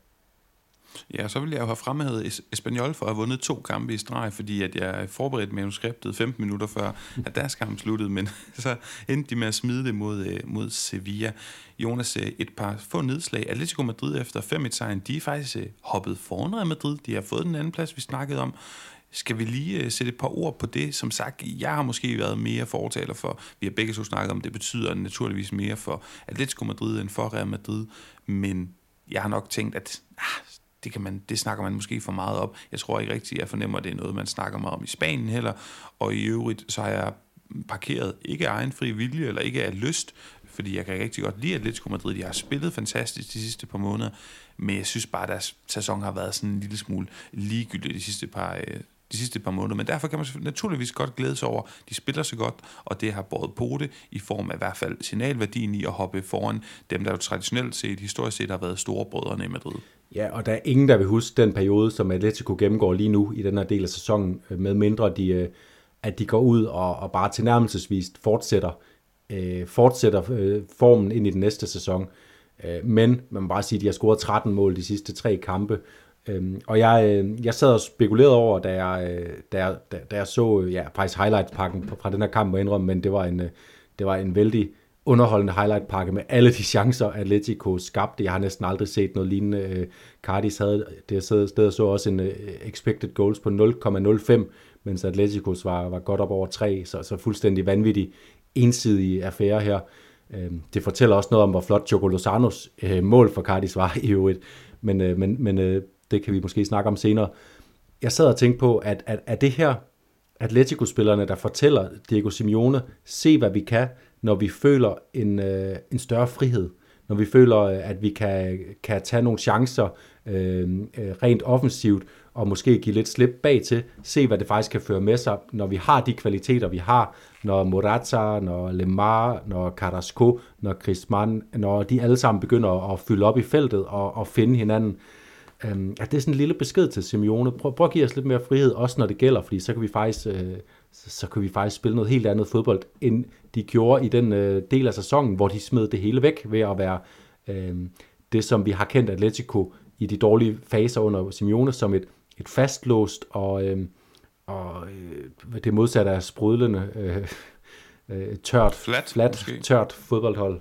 Ja, så vil jeg jo have fremhævet Espanyol for at have vundet to kampe i streg, fordi at jeg forberedte manuskriptet femten minutter før, at deres kamp sluttede, men så endte de med at smide det mod, mod Sevilla. Jonas, et par få nedslag. Atletico Madrid efter fem et sejren, de er faktisk hoppet foran Real Madrid. De har fået den anden plads, vi snakkede om. Skal vi lige sætte et par ord på det? Som sagt, jeg har måske været mere fortaler for, vi har begge to snakket om, det betyder naturligvis mere for Atletico Madrid end for Real Madrid, men jeg har nok tænkt, at ah, det, kan man, det snakker man måske for meget op. Jeg tror ikke rigtigt, jeg fornemmer, at det er noget, man snakker meget om i Spanien heller, og i øvrigt, så har jeg parkeret ikke af egen fri vilje, eller ikke af lyst, fordi jeg kan rigtig godt lide Atletico Madrid. De har spillet fantastisk de sidste par måneder, men jeg synes bare, at deres sæson har været sådan en lille smule ligegyldig de sidste par de sidste par måneder, men derfor kan man naturligvis godt glæde sig over, de spiller så godt, og det har båret på det, i form af i hvert fald signalværdien i at hoppe foran dem, der jo traditionelt set, historisk set har været storebrødrene i Madrid. Ja, og der er ingen, der vil huske den periode, som Atletico gennemgår lige nu i den her del af sæsonen, med mindre de, at de går ud og, og bare tilnærmelsesvist fortsætter, øh, fortsætter øh, formen ind i den næste sæson. Øh, men man må bare sige, at de har scoret tretten mål de sidste tre kampe, Øhm, og jeg, jeg sad og spekulerede over, da jeg, da jeg, da jeg så ja, faktisk highlight-pakken fra den her kamp, må jeg indrømme, men det var en, det var en vældig underholdende highlight-pakke med alle de chancer, Atletico skabte. Jeg har næsten aldrig set noget lignende. Cardis havde det sted så også en expected goals på nul komma nul fem, mens Atleticos var, var godt op over tre, så, så fuldstændig vanvittig ensidig affære her. Øhm, det fortæller også noget om, hvor flot Choco Lozanos øh, mål for Cardis var i øvrigt, men, øh, men, men øh, det kan vi måske snakke om senere. Jeg sad og tænkte på, at, at, at det her Atletico-spillerne, der fortæller Diego Simeone, se hvad vi kan, når vi føler en, øh, en større frihed, når vi føler, at vi kan, kan tage nogle chancer øh, rent offensivt, og måske give lidt slip bag til, se hvad det faktisk kan føre med sig, når vi har de kvaliteter, vi har, når Morata, når Lemar, når Carrasco, når Griezmann, når de alle sammen begynder at fylde op i feltet og, og finde hinanden. Um, at det er sådan en lille besked til Simeone. Prøv, prøv at give os lidt mere frihed, også når det gælder, fordi så kan vi faktisk, øh, så, så kan vi faktisk spille noget helt andet fodbold, end de gjorde i den øh, del af sæsonen, hvor de smed det hele væk ved at være øh, det, som vi har kendt Atletico i de dårlige faser under Simeone, som et, et fastlåst og, øh, og øh, det modsatte af sprudlende, øh, øh, tørt, flat, flat tørt fodboldhold.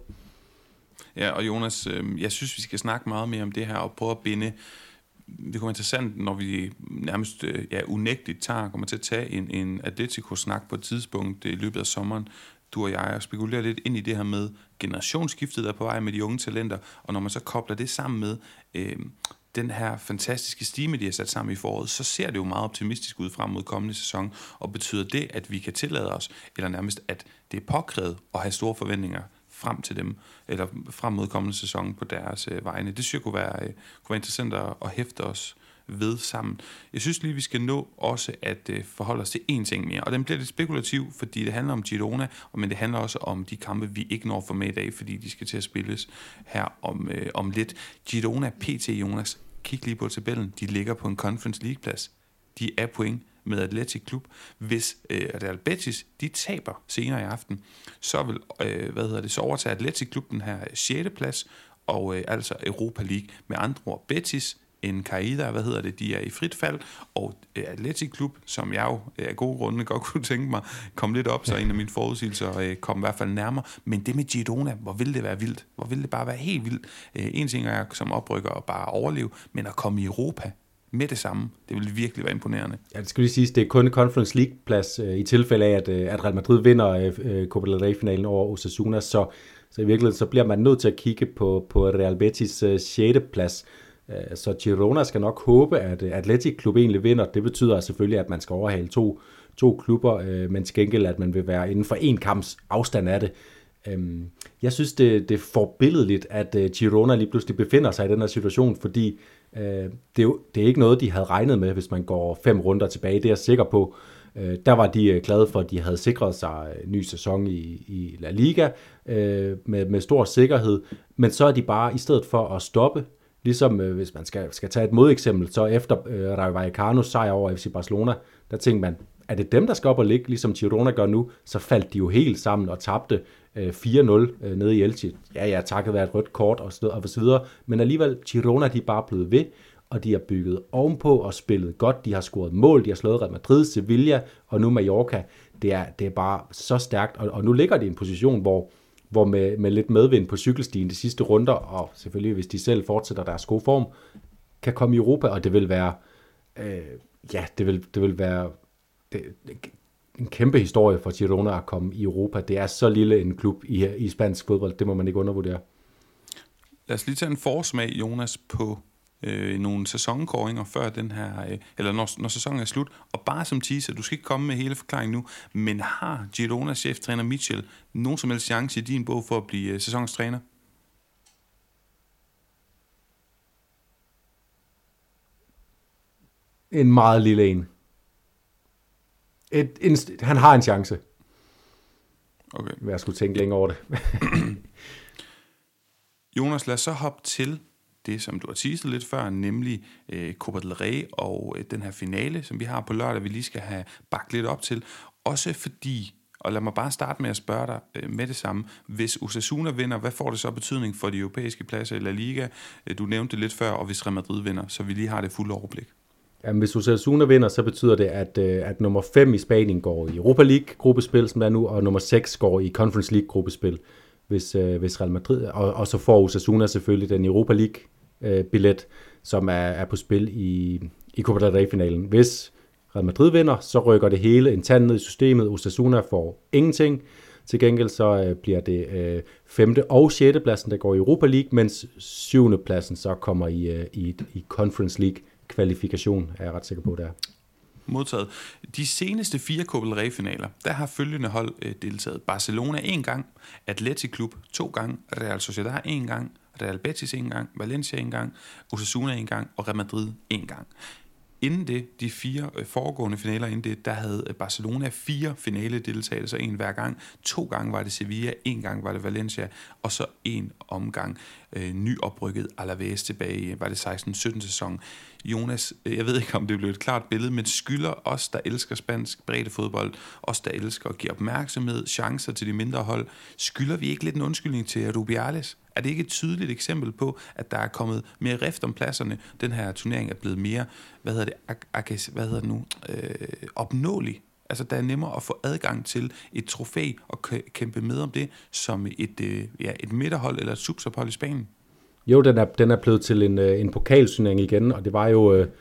Ja, og Jonas, øh, jeg synes, vi skal snakke meget mere om det her, og prøve at binde. Det kommer interessant, når vi nærmest øh, ja, unægteligt tager, kommer til at tage en, en Atletico-snak på et tidspunkt i løbet af sommeren, du og jeg, og spekulerer lidt ind i det her med generationsskiftet, der er på vej med de unge talenter, og når man så kobler det sammen med øh, den her fantastiske stime, de har sat sammen i foråret, så ser det jo meget optimistisk ud frem mod kommende sæson, og betyder det, at vi kan tillade os, eller nærmest, at det er påkrævet at have store forventninger frem til dem, eller frem mod kommende sæson på deres øh, vegne. Det synes jeg kunne være, øh, kunne være interessant at, at hæfte os ved sammen. Jeg synes lige, vi skal nå også at øh, forholde os til én ting mere, og den bliver lidt spekulativ, fordi det handler om Girona, men det handler også om de kampe, vi ikke når for med i dag, fordi de skal til at spilles her om, øh, om lidt. Girona P T, Jonas, kig lige på tabellen, de ligger på en Conference League-plads. De er point med Athletic Klub. Hvis øh, Real Betis, de taber senere i aften, så vil, øh, hvad hedder det, så overtager Athletic Klub den her sjette plads, og øh, altså Europa League. Med andre ord, Betis, en Caída, hvad hedder det, de er i frit fald, og øh, Athletic Klub, som jeg jo øh, af gode grunde godt kunne tænke mig, kom lidt op, så en af mine forudsigelser øh, kom i hvert fald nærmere. Men det med Girona, hvor ville det være vildt? Hvor ville det bare være helt vildt? Øh, en ting er som oprykker at bare overleve, men at komme i Europa med det samme, det vil virkelig være imponerende. Ja, det skal lige siges, det er kun Conference League-plads øh, i tilfælde af, at, øh, at Real Madrid vinder øh, Copa del Rey-finalen over Osasuna, så, så i virkeligheden så bliver man nødt til at kigge på, på Real Betis øh, sjette plads. Øh, så Girona skal nok håbe, at Athletic Klub egentlig vinder. Det betyder selvfølgelig, at man skal overhale to, to klubber, øh, men til gengæld, at man vil være inden for en kamps afstand af det. Øhm, jeg synes, det, det er forbilledeligt, at uh, Girona lige pludselig befinder sig i den her situation, fordi uh, det, er jo, det er ikke noget, de havde regnet med, hvis man går fem runder tilbage. Det er jeg sikker på. Uh, der var de uh, glade for, at de havde sikret sig en ny sæson i, i La Liga uh, med, med stor sikkerhed, men så er de bare, i stedet for at stoppe, ligesom uh, hvis man skal, skal tage et modeksempel, så efter uh, Rayo Vallecano's sejr over F C Barcelona, der tænkte man, er det dem, der skal op og ligge, ligesom Girona gør nu, så faldt de jo helt sammen og tabte øh, fire nul øh, nede i Elche. Ja, ja, takket være et rødt kort og så, og så videre, men alligevel, Girona, de er bare blevet ved, og de har bygget ovenpå og spillet godt, de har scoret mål, de har slået Real Madrid, Sevilla og nu Mallorca. Det er, det er bare så stærkt, og, og nu ligger de i en position, hvor, hvor med, med lidt medvind på cykelstien de sidste runder, og selvfølgelig, hvis de selv fortsætter deres gode form, kan komme i Europa, og det vil være, øh, ja, det vil, det vil være det, en kæmpe historie for Girona at komme i Europa. Det er så lille en klub i, i spansk fodbold, det må man ikke undervurdere. Lad os lige tage en forsmag, Jonas, på øh, nogle sæsonkåringer før den her, øh, eller når, når sæsonen er slut, og bare som teaser, du skal ikke komme med hele forklaringen nu, men har Gironas cheftræner Mitchell nogen som helst chance i din bog for at blive øh, sæsonstræner? En meget lille en. Et, en, han har en chance. Okay. Jeg skulle tænke længere over det. Jonas, lad os så hoppe til det, som du har teaset lidt før, nemlig øh, Copa del Rey og øh, den her finale, som vi har på lørdag, vi lige skal have bagt lidt op til. Også fordi, og lad mig bare starte med at spørge dig øh, med det samme, hvis Osasuna vinder, hvad får det så betydning for de europæiske pladser i La Liga? Øh, du nævnte det lidt før, og hvis Real Madrid vinder, så vi lige har det fulde overblik. Jamen, hvis Osasuna vinder, så betyder det, at, at nummer fem i Spanien går i Europa League-gruppespil, som der er nu, og nummer seks går i Conference League-gruppespil, hvis, hvis Real Madrid, og, og så får Osasuna selvfølgelig den Europa League-billet, som er, er på spil i, i Copa del Rey-finalen. Hvis Real Madrid vinder, så rykker det hele en tand ned i systemet. Osasuna får ingenting. Til gengæld så bliver det øh, femte og sjette pladsen, der går i Europa League, mens syvende pladsen så kommer i, i, i Conference League kvalifikation, er jeg ret sikker på, det er. Modtaget. De seneste fire Copa del Rey-finaler, der har følgende hold øh, deltaget. Barcelona en gang, Athletic Club to gange, Real Sociedad en gang, Real Betis en gang, Valencia en gang, Osasuna en gang og Real Madrid en gang. Inden det, de fire øh, foregående finaler inden det, der havde Barcelona fire finale-deltagelser, en hver gang. To gange var det Sevilla, en gang var det Valencia, og så en omgang øh, nyoprykket Alaves tilbage i, var det seksten sytten sæson. Jonas, øh, jeg ved ikke, om det blev et klart billede, men skylder os, der elsker spansk breddefodbold, os, der elsker at give opmærksomhed, chancer til de mindre hold, skylder vi ikke lidt en undskyldning til Rubiales? Er det ikke et tydeligt eksempel på, at der er kommet mere rift om pladserne? Den her turnering er blevet mere, hvad hedder det, ak- hvad hedder det nu, øh, opnåelig. Altså, der er nemmere at få adgang til et trofæ og kæmpe med om det, som et, øh, ja, et midterhold eller et subtophold i Spanien. Jo, den er, den er blevet til en, en pokalturnering igen, og det var jo... Øh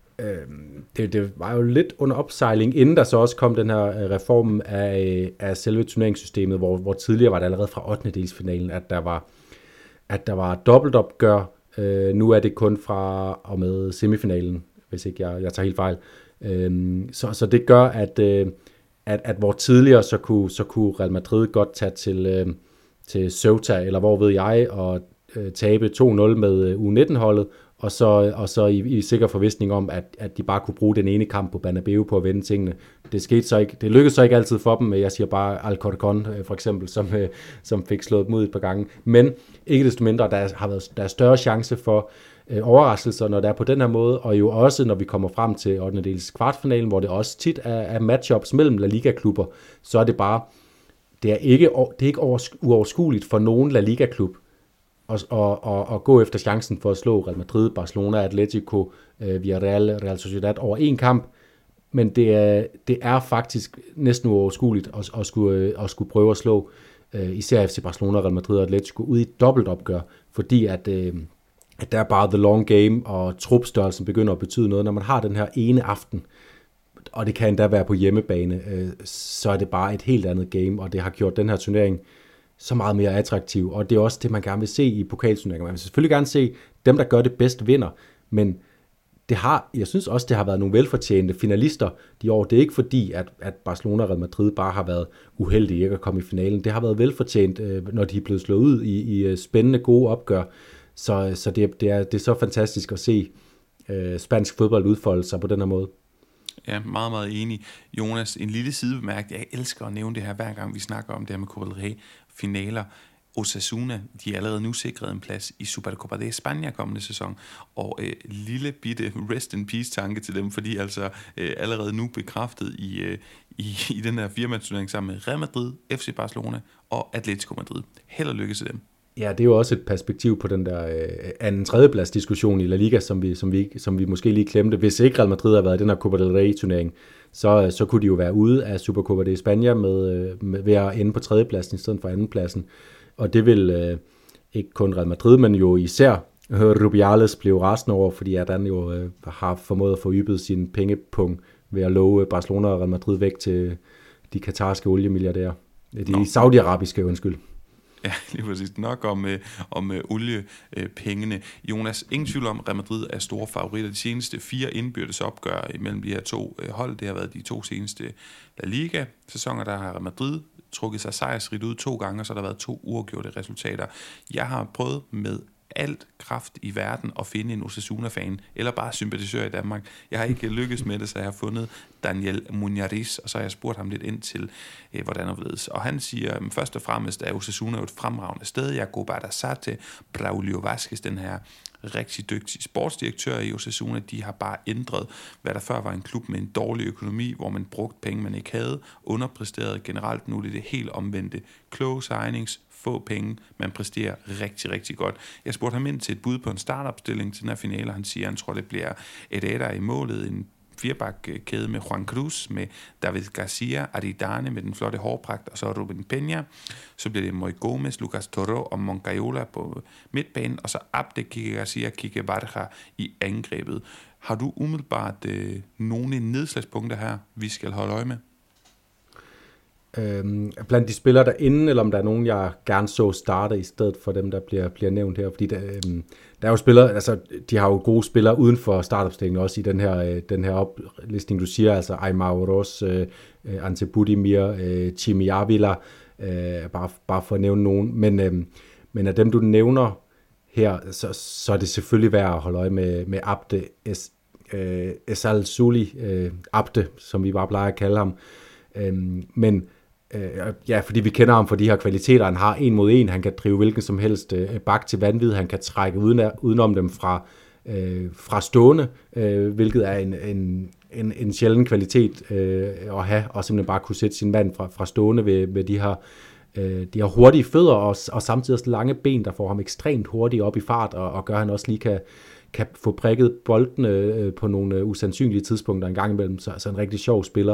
Det, det var jo lidt under opsejling, inden der så også kom den her reform af, af selve turneringssystemet, hvor, hvor tidligere var det allerede fra ottendedelsfinalen, at der var, at der var dobbeltopgør. Øh, nu er det kun fra og med semifinalen, hvis ikke jeg, jeg tager helt fejl. Øh, så, så det gør, at, øh, at, at hvor tidligere så kunne, så kunne Real Madrid godt tage til, øh, til Ceuta, eller hvor ved jeg, og øh, tabe to nul med U nitten-holdet, og så, og så i, i sikker forvisning om, at, at de bare kunne bruge den ene kamp på Bernabeu på at vende tingene. Det skete så ikke, det lykkedes så ikke altid for dem, jeg siger bare Alcorcon for eksempel, som, som fik slået dem ud et par gange. Men ikke desto mindre, der har været der er større chance for øh, overraskelser, når det er på den her måde, og jo også, når vi kommer frem til ottendedels kvartfinalen, hvor det også tit er, er matchups mellem La Liga-klubber, så er det bare, det er ikke, det er ikke uoverskueligt for nogen La Liga-klub, Og, og, og, og gå efter chancen for at slå Real Madrid, Barcelona, Atletico, øh, Villarreal, Real Sociedad over en kamp, men det er, det er faktisk næsten uoverskueligt at, at, skulle, at skulle prøve at slå øh, især F C Barcelona, Real Madrid og Atletico ud i et dobbeltopgør, fordi at, øh, at der er bare the long game, og trupstørrelsen begynder at betyde noget, når man har den her ene aften, og det kan endda være på hjemmebane, øh, så er det bare et helt andet game, og det har gjort den her turnering så meget mere attraktiv, og det er også det, man gerne vil se i pokalturneringer. Man vil selvfølgelig gerne se dem, der gør det bedst, vinder, men det har, jeg synes også, det har været nogle velfortjente finalister de år. Det er ikke fordi, at, at Barcelona og Real Madrid bare har været uheldige ikke at komme i finalen. Det har været velfortjent, når de er blevet slået ud i, i spændende, gode opgør. Så, så det, det, er, det er så fantastisk at se øh, spansk fodbold udfolde sig på den her måde. Ja, meget, meget enig. Jonas, en lille sidebemærkning. Jeg elsker at nævne det her, hver gang vi snakker om det her med Copa del Rey-finaler. Osasuna, de er allerede nu sikret en plads i Supercopa de España kommende sæson, og øh, lille bitte rest in peace tanke til dem, fordi altså øh, allerede nu bekræftet i, øh, i, i den her firemandsturnering sammen med Real Madrid, F C Barcelona og Atletico Madrid. Held og lykke til dem. Ja, det er jo også et perspektiv på den der øh, anden tredjeplads diskussion i La Liga, som vi, som, vi, som vi måske lige glemte. Hvis ikke Real Madrid har været i den her Copa del Rey-turnering, så, så kunne de jo være ude af Supercopa de España med, med, ved at ende på tredjepladsen i stedet for andenpladsen. Og det vil øh, ikke kun Real Madrid, men jo især Rubiales blive rasende over, fordi at han jo øh, har formået at få yppet sin pengepung ved at love Barcelona og Real Madrid væk til de katarske oliemilliardærer. De Nå. Saudi-arabiske, undskyld. Ja, lige præcis. Nok om, øh, om øh, oliepengene. Øh, Jonas, ingen tvivl om, Real Madrid er store favoritter. De seneste fire indbyrdes opgør mellem de her to øh, hold, det har været de to seneste La Liga-sæsoner, der har Real Madrid trukket sig sejrsrigt ud to gange, og så har der været to uafgjorte resultater. Jeg har prøvet med alt kraft i verden at finde en Osasuna-fan, eller bare sympatisør i Danmark. Jeg har ikke lykkes med det, så jeg har fundet Daniel Muñariz, og så har jeg spurgt ham lidt ind til, eh, hvordan det ledes. Og han siger, at først og fremmest er Osasuna et fremragende sted. Jacob Arrasate, Braulio Vázquez, den her rigtig dygtige sportsdirektør i Osasuna, de har bare ændret, hvad der før var en klub med en dårlig økonomi, hvor man brugte penge, man ikke havde, underpræsteret generelt. Nu er det det helt omvendte. Kloge signings, få penge, man præsterer rigtig, rigtig godt. Jeg spurgte ham ind til et bud på en startopstilling til den her finale, og han siger, at han tror, det bliver et æder i målet, en firebakkæde med Juan Cruz, med David Garcia, Aridane med den flotte hårpragt, og så Ruben Peña. Så bliver det Moy Gomez, Lucas Toro og Moncayola på midtbanen, og så Abde, Kike Garcia, Kike Barja i angrebet. Har du umiddelbart øh, nogle nedslagspunkter her, vi skal holde øje med? Øhm, blandt de spillere derinde, eller om der er nogen, jeg gerne så starte i stedet for dem, der bliver, bliver nævnt her, fordi der, øhm, der er jo spillere, altså de har jo gode spillere uden for startopstillingen også i den her, øh, den her oplistning, du siger, altså Aymar Oroz, øh, Ante Budimir, øh, Chimi Avila, øh, bare, bare for at nævne nogen, men, øh, men af dem, du nævner her, så, så er det selvfølgelig værd at holde øje med, med Abde es, øh, Esal Suli, øh, Abde, som vi bare plejer at kalde ham, øh, men Øh, ja, fordi vi kender ham for de her kvaliteter. Han har en mod en, han kan drive hvilken som helst øh, bak til vanvid, han kan trække uden, udenom dem fra, øh, fra stående, øh, hvilket er en, en, en, en sjælden kvalitet øh, at have, og simpelthen bare kunne sætte sin mand fra, fra stående ved, ved de her øh, de her hurtige fødder, og, og samtidig også lange ben, der får ham ekstremt hurtigt op i fart, og, og gør, at han også lige kan, kan få prikket bolden øh, på nogle øh, usandsynlige tidspunkter en gang imellem, så, så en rigtig sjov spiller.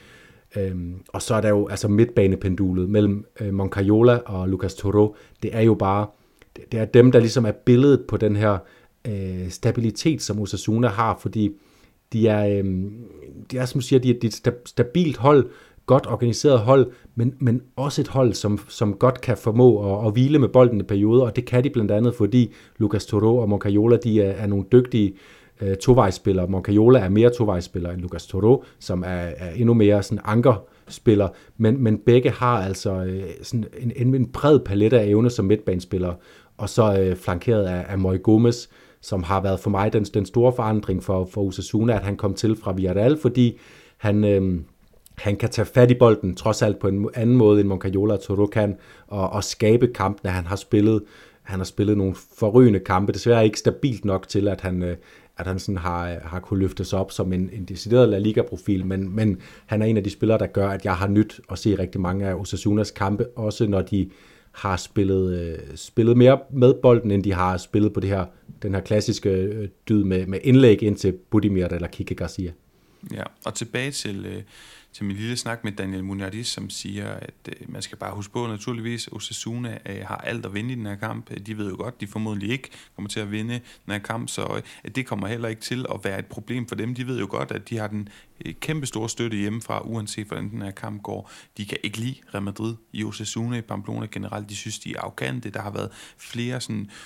Øhm, og så er der jo altså midtbanependulet mellem øh, Moncayola og Lucas Toro. Det er jo bare, det, det er dem, der ligesom er billedet på den her øh, stabilitet, som Osasuna har, fordi de er, øh, de er som du siger, de er, de er et stabilt hold, godt organiseret hold, men, men også et hold, som, som godt kan formå at, at hvile med bolden i perioder, og det kan de blandt andet, fordi Lucas Toro og Moncayola, de er, er nogle dygtige tovejsspiller. Moncayola er mere tovejsspiller end Lucas Toro, som er, er endnu mere sådan ankerspiller, men, men begge har altså øh, sådan en, en, en bred palet af evne som midtbanespillere, og så øh, flankeret af, af Moy Gomez, som har været for mig den, den store forandring for, for Osasuna, at han kom til fra Villarreal, fordi han, øh, han kan tage fat i bolden, trods alt på en anden måde, end Moncayola og Toro kan, og, og skabe kampene. Han har spillet han har spillet nogle forrygende kampe, desværre ikke stabilt nok til, at han øh, at han sådan har, har kunne løfte sig op som en, en decideret La Liga-profil, men, men han er en af de spillere, der gør, at jeg har nyt at se rigtig mange af Osasunas kampe, også når de har spillet, øh, spillet mere med bolden, end de har spillet på det her, den her klassiske øh, dyd med, med indlæg ind til Budimir eller Kike Garcia. Ja, og tilbage til, øh, til min lille snak med Daniel Muñariz, som siger, at øh, man skal bare huske på, naturligvis, Osasuna øh, har alt at vinde i den her kamp. De ved jo godt, de formodentlig ikke kommer til at vinde den her kamp, så øh, det kommer heller ikke til at være et problem for dem. De ved jo godt, at de har den øh, kæmpe store støtte hjemmefra, uanset hvordan den her kamp går. De kan ikke lide Real Madrid i Osasuna, i Pamplona generelt. De synes, de er arrogante. Der har været flere sådan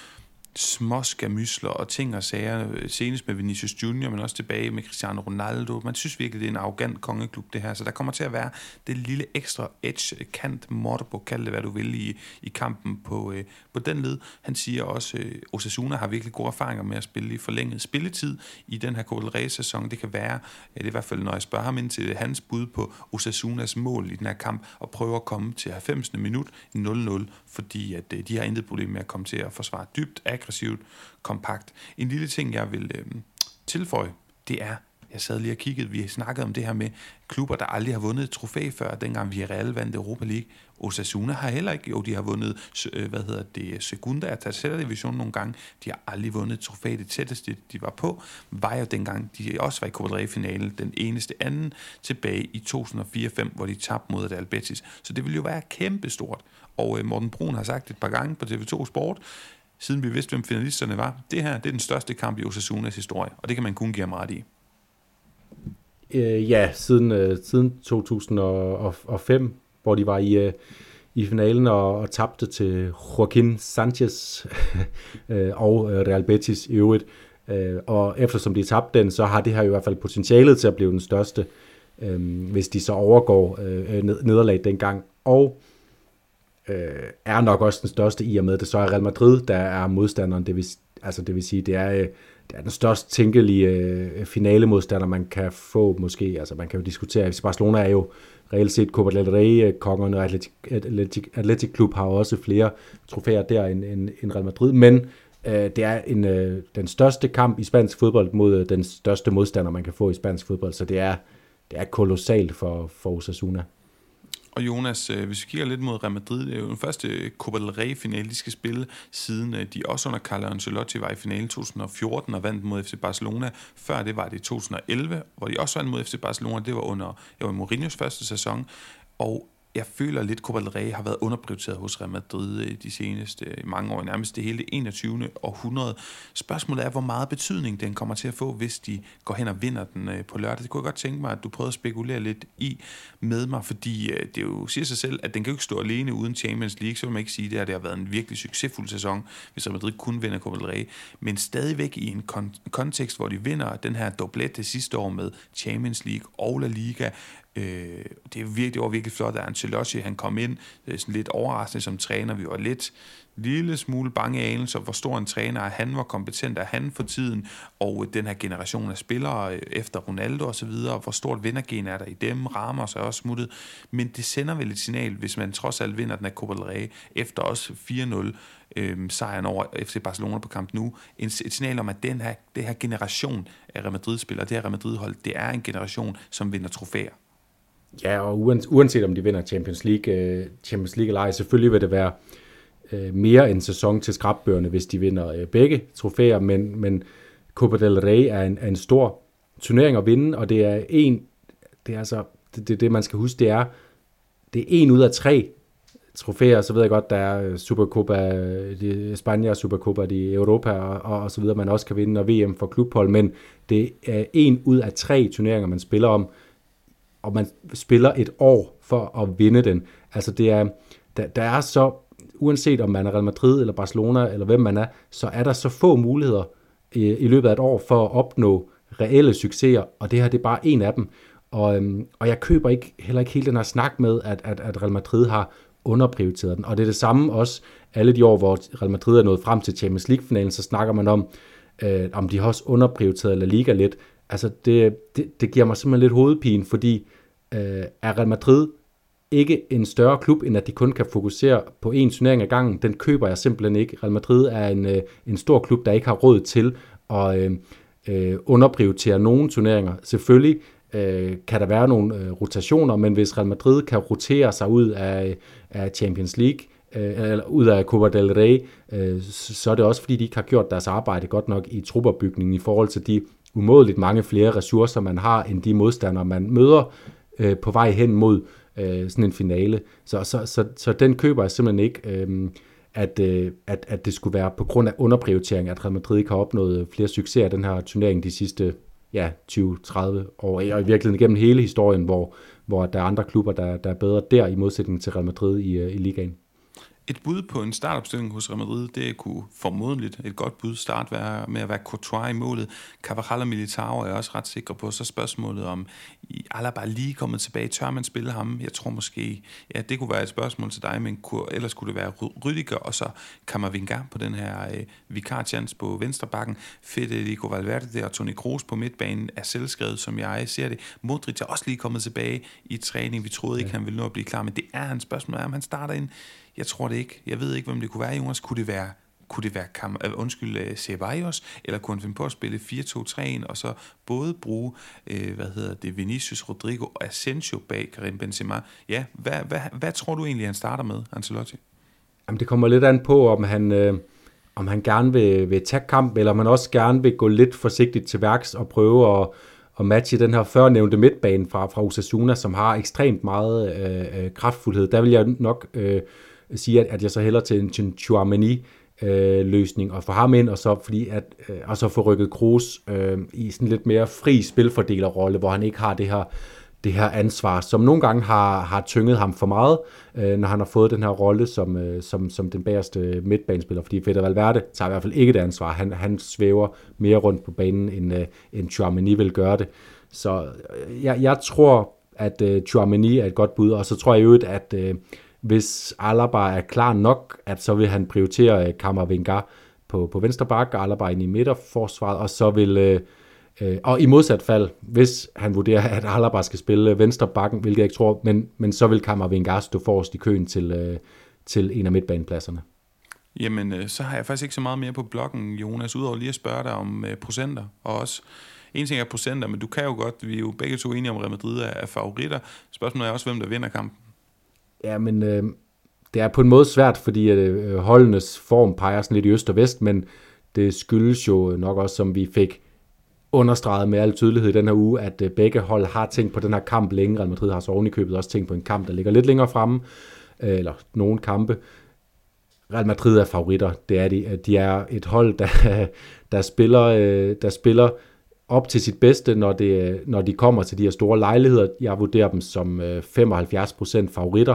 små skamysler og ting og sager, senest med Vinicius Junior, men også tilbage med Cristiano Ronaldo. Man synes virkelig, det er en arrogant kongeklub, det her. Så der kommer til at være det lille ekstra edge, kant, morbo, kald det hvad du vil, i, i kampen på, øh, på den led. Han siger også, øh, Osasuna har virkelig gode erfaringer med at spille i forlænget spilletid i den her Copa del Rey-sæson. Det kan være, ja, det er i hvert fald, når jeg spørger ham ind til hans bud på Osasunas mål i den her kamp, og prøver at komme til halvfemsende minut nul nul, fordi at, øh, de har intet problem med at komme til at forsvare dybt, aggressivt, kompakt. En lille ting, jeg vil øh, tilføje, det er, jeg sad lige og kiggede, vi snakkede om det her med klubber, der aldrig har vundet et trofæ før, dengang Villarreal vandt Europa League. Osasuna har heller ikke, jo, de har vundet, hvad hedder det, Segunda og Tercera Division nogle gange. De har aldrig vundet et trofæ. Det tætteste, de var på, var jo dengang, de også var i Copa del Rey-finalen, den eneste anden, tilbage i to tusind og fire fem, hvor de tabte mod Real Betis. Så det vil jo være kæmpestort. Og Morten Brun har sagt et par gange på T V to Sport, siden vi vidste, hvem finalisterne var, det her, det er den største kamp i Osasunas historie, og det kan man kun give ham ret i. Øh, ja, siden, øh, siden to tusind og fem, hvor de var i, øh, i finalen og, og tabte til Joaquin Sanchez øh, og øh, Real Betis i øvrigt. Øh, og eftersom de tabte den, så har det her i hvert fald potentialet til at blive den største, øh, hvis de så overgår øh, nederlag dengang. Og øh, er nok også den største i og med, det så er Real Madrid, der er modstanderen. Det vil, altså det vil sige, det er... Øh, Det er den størst tænkelige øh, finalemodstander, man kan få måske. Altså man kan jo diskutere, F C Barcelona er jo reelt set Copa del Rey-kongerne, og Atletic, Atletic, Atletic Klub har også flere trofæer der end, end, end Real Madrid. Men øh, det er en, øh, den største kamp i spansk fodbold mod øh, den største modstander, man kan få i spansk fodbold. Så det er, det er kolossalt for, for Osasuna. Og Jonas, hvis vi kigger lidt mod Real Madrid, det er jo den første Copa del Rey-finale, de skal spille, siden de også under Carlo Ancelotti var i finalen to tusind og fjorten og vandt mod F C Barcelona. Før det var det i to tusind og elleve, hvor de også vandt mod F C Barcelona. Det var under jo, Mourinhos første sæson. Og jeg føler lidt, at Copa del Rey har været underprioriteret hos Real Madrid de seneste mange år, nærmest det hele enogtyvende århundrede. Spørgsmålet er, hvor meget betydning den kommer til at få, hvis de går hen og vinder den på lørdag. Det kunne jeg godt tænke mig, at du prøvede at spekulere lidt i med mig, fordi det jo siger sig selv, at den kan jo ikke stå alene uden Champions League, så vil man ikke sige, at det har været en virkelig succesfuld sæson, hvis Real Madrid kun vinder Copa del Rey, men stadigvæk i en kon- kontekst, hvor de vinder den her doublet sidste år med Champions League og La Liga. Øh, det, er virkelig, det var virkelig flot, at Ancelotti han kom ind, det er sådan lidt overraskende som træner. Vi var lidt lille smule bange anelser, hvor stor en træner er han, hvor kompetent er han for tiden, og den her generation af spillere efter Ronaldo og så videre, hvor stort vindergen er der i dem, rammer sig også smuttet, men det sender vel et signal, hvis man trods alt vinder den her Copa del Rey, efter også fire nul øhm, sejren over F C Barcelona på Camp Nou, et signal om, at den her, det her generation af Real Madrid-spillere, det her Real Madrid-hold, det er en generation, som vinder trofæer. Ja, og uanset om de vinder Champions League, Champions League eller ej, selvfølgelig vil det være mere en sæson til skrabbøgerne, hvis de vinder begge trofæer, men, men Copa del Rey er en, er en stor turnering at vinde, og det er en, det er altså, det, det, det man skal huske, det er, det er en ud af tre trofæer, så ved jeg godt, der er Supercopa de Spanien, Supercopa de Europa og, og, og så videre, man også kan vinde, og V M for klubhold, men det er en ud af tre turneringer, man spiller om, og man spiller et år for at vinde den. Altså det er, der, der er så, uanset om man er Real Madrid eller Barcelona eller hvem man er, så er der så få muligheder i, i løbet af et år for at opnå reelle succeser, og det her det er bare en af dem. Og, øhm, og jeg køber ikke, heller ikke hele den her snak med, at, at, at Real Madrid har underprioriteret den. Og det er det samme også alle de år, hvor Real Madrid er nået frem til Champions League-finalen, så snakker man om, øh, om de har også underprioriteret La Liga lidt. Altså det, det, det giver mig simpelthen lidt hovedpine, fordi øh, er Real Madrid ikke en større klub, end at de kun kan fokusere på én turnering ad gangen. Den køber jeg simpelthen ikke. Real Madrid er en, øh, en stor klub, der ikke har råd til at øh, øh, underprioritere nogle turneringer. Selvfølgelig øh, kan der være nogle øh, rotationer, men hvis Real Madrid kan rotere sig ud af, af Champions League, øh, eller ud af Copa del Rey, øh, så er det også fordi, de ikke har gjort deres arbejde godt nok i trupperbygningen i forhold til de umådeligt mange flere ressourcer, man har, end de modstandere, man møder øh, på vej hen mod øh, sådan en finale. Så, så, så, så den køber jeg simpelthen ikke, øh, at, øh, at, at det skulle være på grund af underprioritering, at Real Madrid ikke har opnået flere succeser af den her turnering de sidste ja, tyve til tredive år, og i virkeligheden igennem hele historien, hvor, hvor der er andre klubber, der, der er bedre der, i modsætning til Real Madrid i, i ligaen. Et bud på en startopstilling hos Real Madrid, det kunne formodentligt et godt bud start være med at være Courtois i målet. Carvajal og Militao er jeg også ret sikker på. Så spørgsmålet om, i Alaba lige kommet tilbage, tør man spille ham? Jeg tror måske, ja, det kunne være et spørgsmål til dig, men kunne, ellers kunne det være Rüdiger og så Camavinga på den her øh, vikarchance på venstrebakken. Federico Valverde og Toni Kroos på midtbanen er selvskrevet, som jeg ser det. Modric er også lige kommet tilbage i træning. Vi troede ikke, han ville nå at blive klar, men det er hans spørgsmål, om han starter ind. Jeg tror det ikke. Jeg ved ikke, hvem det kunne være, Jonas. Kunne det være, kunne det være Cam, uh, undskyld, Ceballos, eller kunne han finde på at spille fire to tre en, og så både bruge, øh, hvad hedder det, Vinicius, Rodrigo og Asensio bag Karim Benzema? Ja, hvad, hvad, hvad tror du egentlig, han starter med, Ancelotti? Jamen, det kommer lidt an på, om han, øh, om han gerne vil, vil tage kamp, eller om han også gerne vil gå lidt forsigtigt til værks og prøve at og matche den her førnævnte midtbane fra, fra Osasuna, som har ekstremt meget øh, kraftfuldhed. Der vil jeg nok øh, sige, at, at jeg så hælder til en, en Tchouaméni-løsning øh, og få ham ind, og så, fordi at, øh, og så få rykket Kroos øh, i sådan lidt mere fri spilfordelerrolle, hvor han ikke har det her, det her ansvar, som nogle gange har, har tynget ham for meget, øh, når han har fået den her rolle som, øh, som, som den bagerste midtbanespiller, fordi Fede Valverde tager i hvert fald ikke det ansvar. Han, han svæver mere rundt på banen, end, øh, end Tchouaméni vil gøre det. Så øh, jeg, jeg tror, at øh, Tchouaméni er et godt bud, og så tror jeg jo, at øh, hvis Alaba er klar nok, at så vil han prioritere øh, Camavinga på, på venstre bak, og Alaba ind i midterforsvaret, og så vil... Øh, Og i modsat fald, hvis han vurderer, at Alaba skal spille venstre bakken, hvilket jeg ikke tror, men, men så vil Camavinga stå forrest i køen til, til en af midtbanepladserne. Jamen, så har jeg faktisk ikke så meget mere på bloggen, Jonas, udover lige at spørge dig om uh, procenter, og også, en ting er procenter, men du kan jo godt, vi er jo begge to enige om, Real Madrid er favoritter. Spørgsmålet er også, hvem der vinder kampen. Ja, men øh, det er på en måde svært, fordi øh, holdenes form peger sådan lidt i øst og vest, men det skyldes jo nok også, som vi fik understreget med al tydelighed i den her uge, at begge hold har tænkt på den her kamp længe. Real Madrid har så ovenikøbet også tænkt på en kamp, der ligger lidt længere fremme, eller nogle kampe. Real Madrid er favoritter, det er de. De er et hold, der, der, spiller, der spiller op til sit bedste, når, det, når de kommer til de her store lejligheder. Jeg vurderer dem som femoghalvfjerds procent favoritter,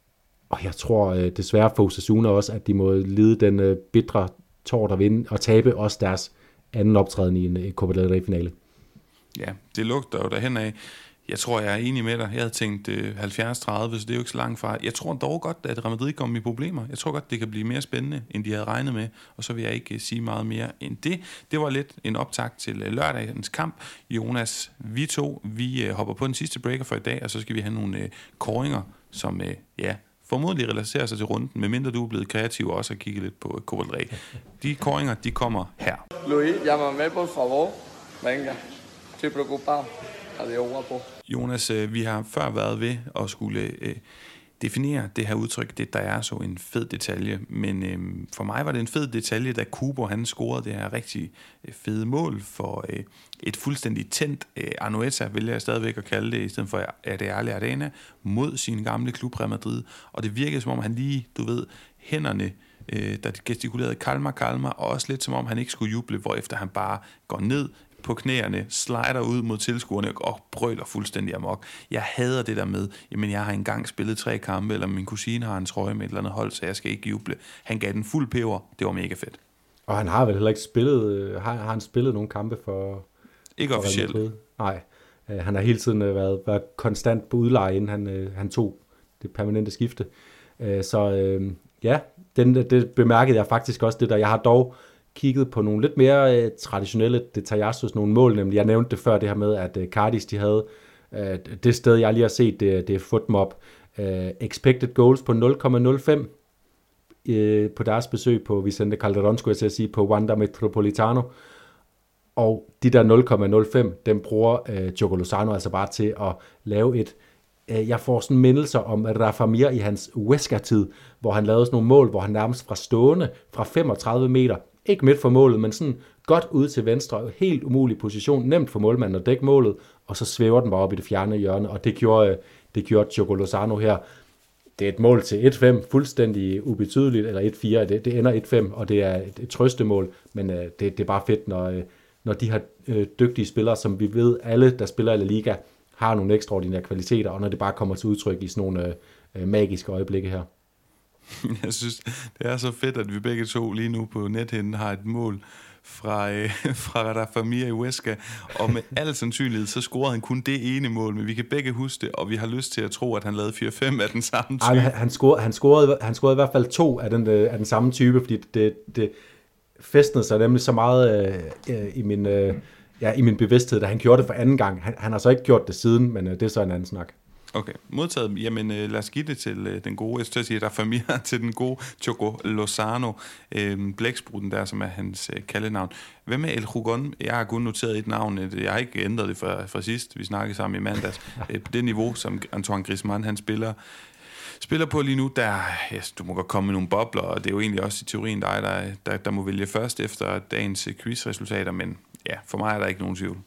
og jeg tror desværre for Osasuna også, at de må lide den bitre tort at vinde og tabe også deres anden optræden i en Copa del Rey-finale. Ja, det lugter jo derhen af. Jeg tror, jeg er enig med dig. Jeg havde tænkt øh, halvfjerds tredive, så det er jo ikke så langt fra. Jeg tror dog godt, at Real Madrid kommer i problemer. Jeg tror godt, det kan blive mere spændende, end de havde regnet med. Og så vil jeg ikke sige meget mere end det. Det var lidt en optakt til øh, lørdagens kamp. Jonas, vi to, vi øh, hopper på den sidste breaker for i dag, og så skal vi have nogle øh, kåringer, som øh, ja, formodentlig relaterer sig til runden, medmindre du er blevet kreativ og også har kigget lidt på Copa del Rey. De kåringer, de kommer her. Luis, llámame por favor. Venga, estoy preocupado. Adiós, guapo. Jonas, vi har før været ved at skulle øh, definere det her udtryk, det der er så en fed detalje, men øh, for mig var det en fed detalje, da Kubo han scorede det her rigtig øh, fede mål for øh, et fuldstændig tændt øh, Anoeta, vil jeg stadigvæk at kalde det, i stedet for Areal Arena, mod sin gamle klub Real Madrid, og det virkede som om han lige, du ved, hænderne, øh, der gestikulerede kalma, kalma, og også lidt som om han ikke skulle juble, hvorefter han bare går ned på knæerne, slider ud mod tilskuerne og brøler fuldstændig amok. Jeg hader det der med, jamen jeg har engang spillet tre kampe, eller min kusine har en trøje med et eller andet hold, så jeg skal ikke juble. Han gav den fuld peber, det var mega fedt. Og han har vel heller ikke spillet, har, har han spillet nogle kampe for... Ikke for officielt. Nej, han har hele tiden været, været konstant på udleje, inden han, han tog det permanente skifte. Så ja, den, det bemærkede jeg faktisk også, det der. Jeg har dog kigget på nogle lidt mere øh, traditionelle detaljer, nogle mål, nemlig jeg nævnte det før, det her med, at øh, Cardis, de havde øh, det sted, jeg lige har set, det, det er Footmob, øh, expected goals på nul komma nul fem øh, på deres besøg på Vicente Calderón, skulle jeg til at sige, på Wanda Metropolitano, og de der nul komma nul fem, dem bruger øh, Diogo Lozano altså bare til at lave et, øh, jeg får sådan mindelser om Rafa Mir i hans Huesca-tid, hvor han lavede sådan nogle mål, hvor han nærmest fra stående, fra femogtredive meter, ikke midt for målet, men sådan godt ude til venstre, helt umulig position, nemt for målmanden at dække målet, og så svæver den bare op i det fjerne hjørne, og det gjorde, det gjorde Diogo Lozano her. Det er et mål til et fem, fuldstændig ubetydeligt, eller et fire, det, det ender et fem, og det er et, et trøstemål, men øh, det, det er bare fedt, når, øh, når de her øh, dygtige spillere, som vi ved, alle, der spiller i La Liga, har nogle ekstraordinære kvaliteter, og når det bare kommer til udtryk i sådan nogle øh, magiske øjeblikke her. Jeg synes, det er så fedt, at vi begge to lige nu på nethinden har et mål fra, øh, fra Radafamir i Huesca, og med al sandsynlighed, så scorede han kun det ene mål, men vi kan begge huske det, og vi har lyst til at tro, at han lavede fire fem af den samme type. Ej, han, han, scorede, han, scorede, han scorede i hvert fald to af den, af den samme type, fordi det, det festnede sig nemlig så meget øh, i, min, øh, ja, i min bevidsthed, da han gjorde det for anden gang. Han, han har så ikke gjort det siden, men øh, det er så en anden snak. Okay, modtaget. Jamen, øh, lad os give det til øh, den gode, jeg skal sige, der er familie til den gode Choco Lozano, øh, blækspruten der, som er hans øh, kaldenavn. Hvem er El Hugon? Jeg har kun noteret et navn, jeg har ikke ændret det fra, fra sidst, vi snakkede sammen i mandags. øh, på det niveau, som Antoine Griezmann, han spiller, spiller på lige nu, der, ja, du må godt komme med nogle bobler, og det er jo egentlig også i teorien dig, der, der, der må vælge først efter dagens quizresultater, men ja, for mig er der ikke nogen tvivl.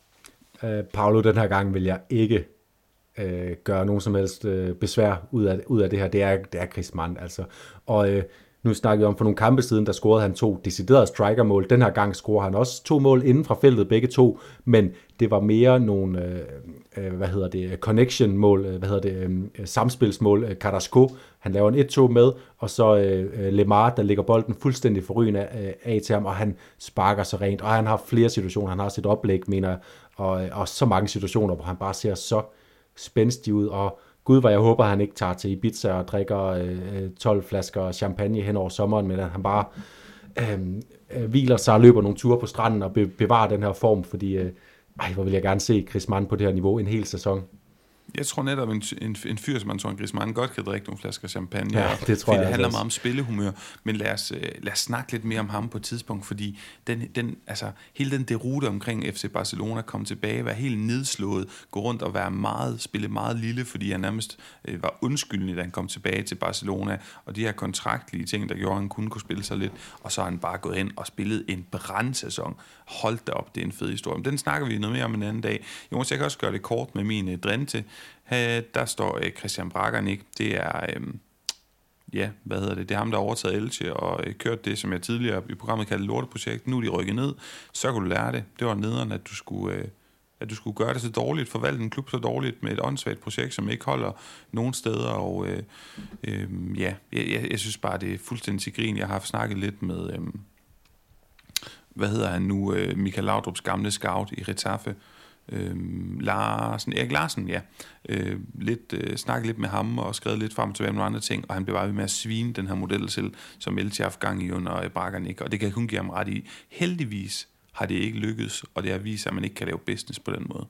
Øh, Paolo, den her gang vil jeg ikke Øh, gøre nogen som helst øh, besvær ud af, ud af det her. Det er, det er Griezmann, altså. Og øh, nu snakker vi om for nogle kampe siden, der scorede han to deciderede strikermål. Den her gang scorer han også to mål inden fra feltet, begge to, men det var mere nogle, øh, øh, hvad hedder det, connection-mål, øh, hvad hedder det, øh, samspilsmål. Øh, Carrasco, han laver en et to med, og så øh, Lemar, der lægger bolden fuldstændig forrygende af, af til ham, og han sparker så rent, og han har flere situationer, han har også et oplæg, mener jeg, og, og så mange situationer, hvor han bare ser så spændstig ud, og gud, hvor jeg håber, at han ikke tager til Ibiza og drikker øh, tolv flasker champagne hen over sommeren, men at han bare øh, øh, hviler sig og løber nogle ture på stranden og be- bevarer den her form, fordi øh, ej, hvor vil jeg gerne se Griezmann på det her niveau en hel sæson. Jeg tror netop, en, en, en fyr som Antoine Griezmann godt kan drikke nogle flasker champagne. Ja, det tror jeg. Det handler altså meget om spillehumør, men lad os, lad os snakke lidt mere om ham på et tidspunkt, fordi den, den, altså, hele den derute omkring F C Barcelona kom tilbage, være helt nedslået, gå rundt og være meget, spille meget lille, fordi han nærmest øh, var undskyldende, da han kom tilbage til Barcelona, og de her kontraktlige ting, der gjorde, at han kunne kunne spille sig lidt, og så har han bare gået ind og spillet en brandsæson. Hold da op, det er en fed historie. Men den snakker vi noget mere om en anden dag. Jonas, jeg kan også gøre det kort med min øh, drente. Her, der står øh, Christian Bragarnik. Det er, øh, ja, hvad hedder det? Det er ham, der har overtaget Elche og øh, kørt det, som jeg tidligere i programmet kaldte lorteprojekt. Nu er de rykket ned. Så kunne du lære det. Det var nederen, at du skulle... Øh, at du skulle gøre det så dårligt, forvalte en klub så dårligt med et åndssvagt projekt, som ikke holder nogen steder, og øh, øh, ja, jeg, jeg synes bare, det er fuldstændig til grin. Jeg har haft snakket lidt med, øh, hvad hedder han nu, øh, Michael Laudrup's gamle scout i Getafe, øh, Larsen, Erik Larsen, ja, øh, lidt, øh, snakket lidt med ham, og skrevet lidt frem til nogle andre ting, og han blev bare ved med at svine den her model til, som Elche har haft gang i under Bragarnik, og det kan jeg kun give ham ret i. Heldigvis har det ikke lykkedes, og det har vist, at man ikke kan lave business på den måde.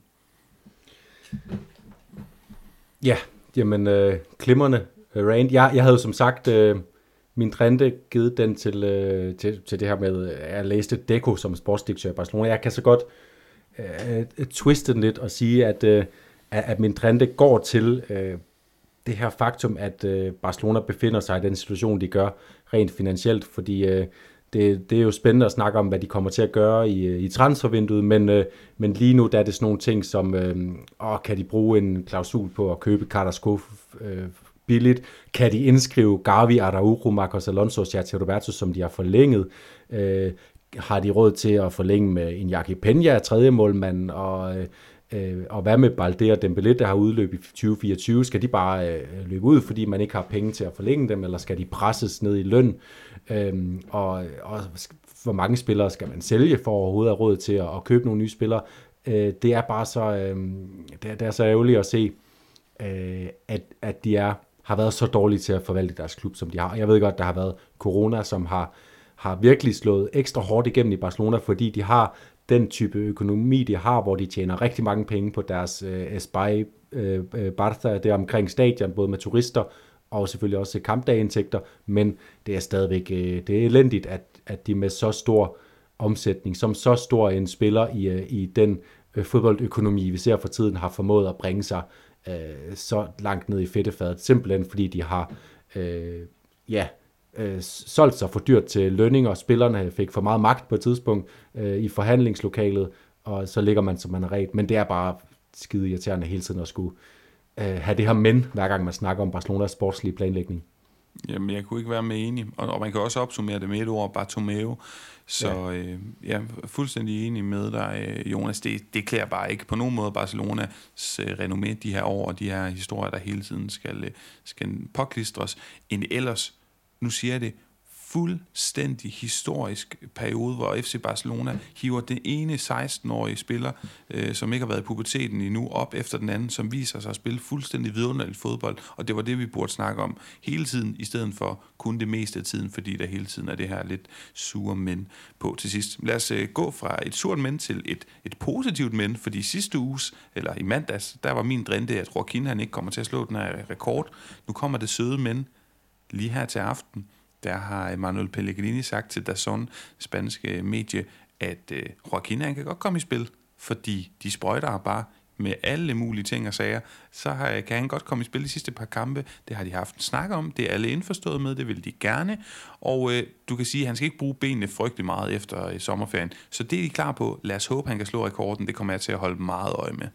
Ja, jamen, øh, klimrende uh, Rand. Jeg, jeg havde jo som sagt øh, min trente givet den til, øh, til, til det her med, at jeg læste Deco som sportsdirektør i Barcelona. Jeg kan så godt øh, twiste den lidt og sige, at, øh, at min trente går til øh, det her faktum, at øh, Barcelona befinder sig i den situation, de gør rent finansielt, fordi øh, Det, det er jo spændende at snakke om, hvad de kommer til at gøre i, i transfervinduet, men, øh, men lige nu der er det sådan nogle ting som, øh, åh, kan de bruge en klausul på at købe Carrasco øh, billigt? Kan de indskrive Gavi, Araujo, Marcos Alonso og Sergio Roberto, som de har forlænget? Øh, har de råd til at forlænge med Iñaki Peña, tredje målmand, og, øh, og hvad med Balde og Dembélé, der har udløb i tyve fireogtyve? Skal de bare øh, løbe ud, fordi man ikke har penge til at forlænge dem, eller skal de presses ned i løn? Øhm, og, og hvor mange spillere skal man sælge for overhovedet at råd til at, at købe nogle nye spillere? Øh, det er bare så øh, det, er, det er så ærgerligt at se, øh, at, at de er, har været så dårlige til at forvalte deres klub, som de har. Jeg ved godt, der har været corona, som har, har virkelig slået ekstra hårdt igennem i Barcelona, fordi de har den type økonomi, de har, hvor de tjener rigtig mange penge på deres øh, Espai øh, Barça, der omkring stadion, både med turister og selvfølgelig også kampdagindtægter, men det er stadigvæk det er elendigt, at, at de med så stor omsætning, som så stor en spiller i, i den fodboldøkonomi, vi ser for tiden, har formået at bringe sig øh, så langt ned i fedtefadet, simpelthen fordi de har øh, ja, øh, solgt sig for dyrt til lønninger, og spillerne fik for meget magt på et tidspunkt øh, i forhandlingslokalet, og så ligger man, som man er ret. Men det er bare skide irriterende hele tiden at skulle have det her men, hver gang man snakker om Barcelonas sportslige planlægning. Jamen, jeg kunne ikke være mere enig. Og, og man kan også opsummere det med et ord, Bartomeu. Så ja, øh, jeg er fuldstændig enig med dig, Jonas. Det, det klæder bare ikke på nogen måde Barcelonas renommé de her år, og de her historier, der hele tiden skal, skal påklistres. En ellers nu siger jeg det, fuldstændig historisk periode, hvor F C Barcelona hiver den ene seksten-årige spiller, øh, som ikke har været i puberteten endnu, op efter den anden, som viser sig at spille fuldstændig vidunderligt fodbold, og det var det, vi burde snakke om hele tiden, i stedet for kun det meste af tiden, fordi der hele tiden er det her lidt sure mænd på til sidst. Lad os øh, gå fra et surt mænd til et, et positivt mænd, fordi sidste uges, eller i mandags, der var min drinte, at Joaquin han ikke kommer til at slå den her rekord. Nu kommer det søde mænd lige her til aften. Der har Manuel Pellegrini sagt til D A Z N, spanske medie, at øh, Joaquin han kan godt komme i spil, fordi de sprøjter bare med alle mulige ting og sager, så har, kan han godt komme i spil de sidste par kampe. Det har de haft en snak om, det er alle indforstået med, det vil de gerne, og øh, du kan sige, at han skal ikke bruge benene frygtelig meget efter øh, sommerferien, så det er de klar på. Lad os håbe, han kan slå rekorden, det kommer jeg til at holde meget øje med.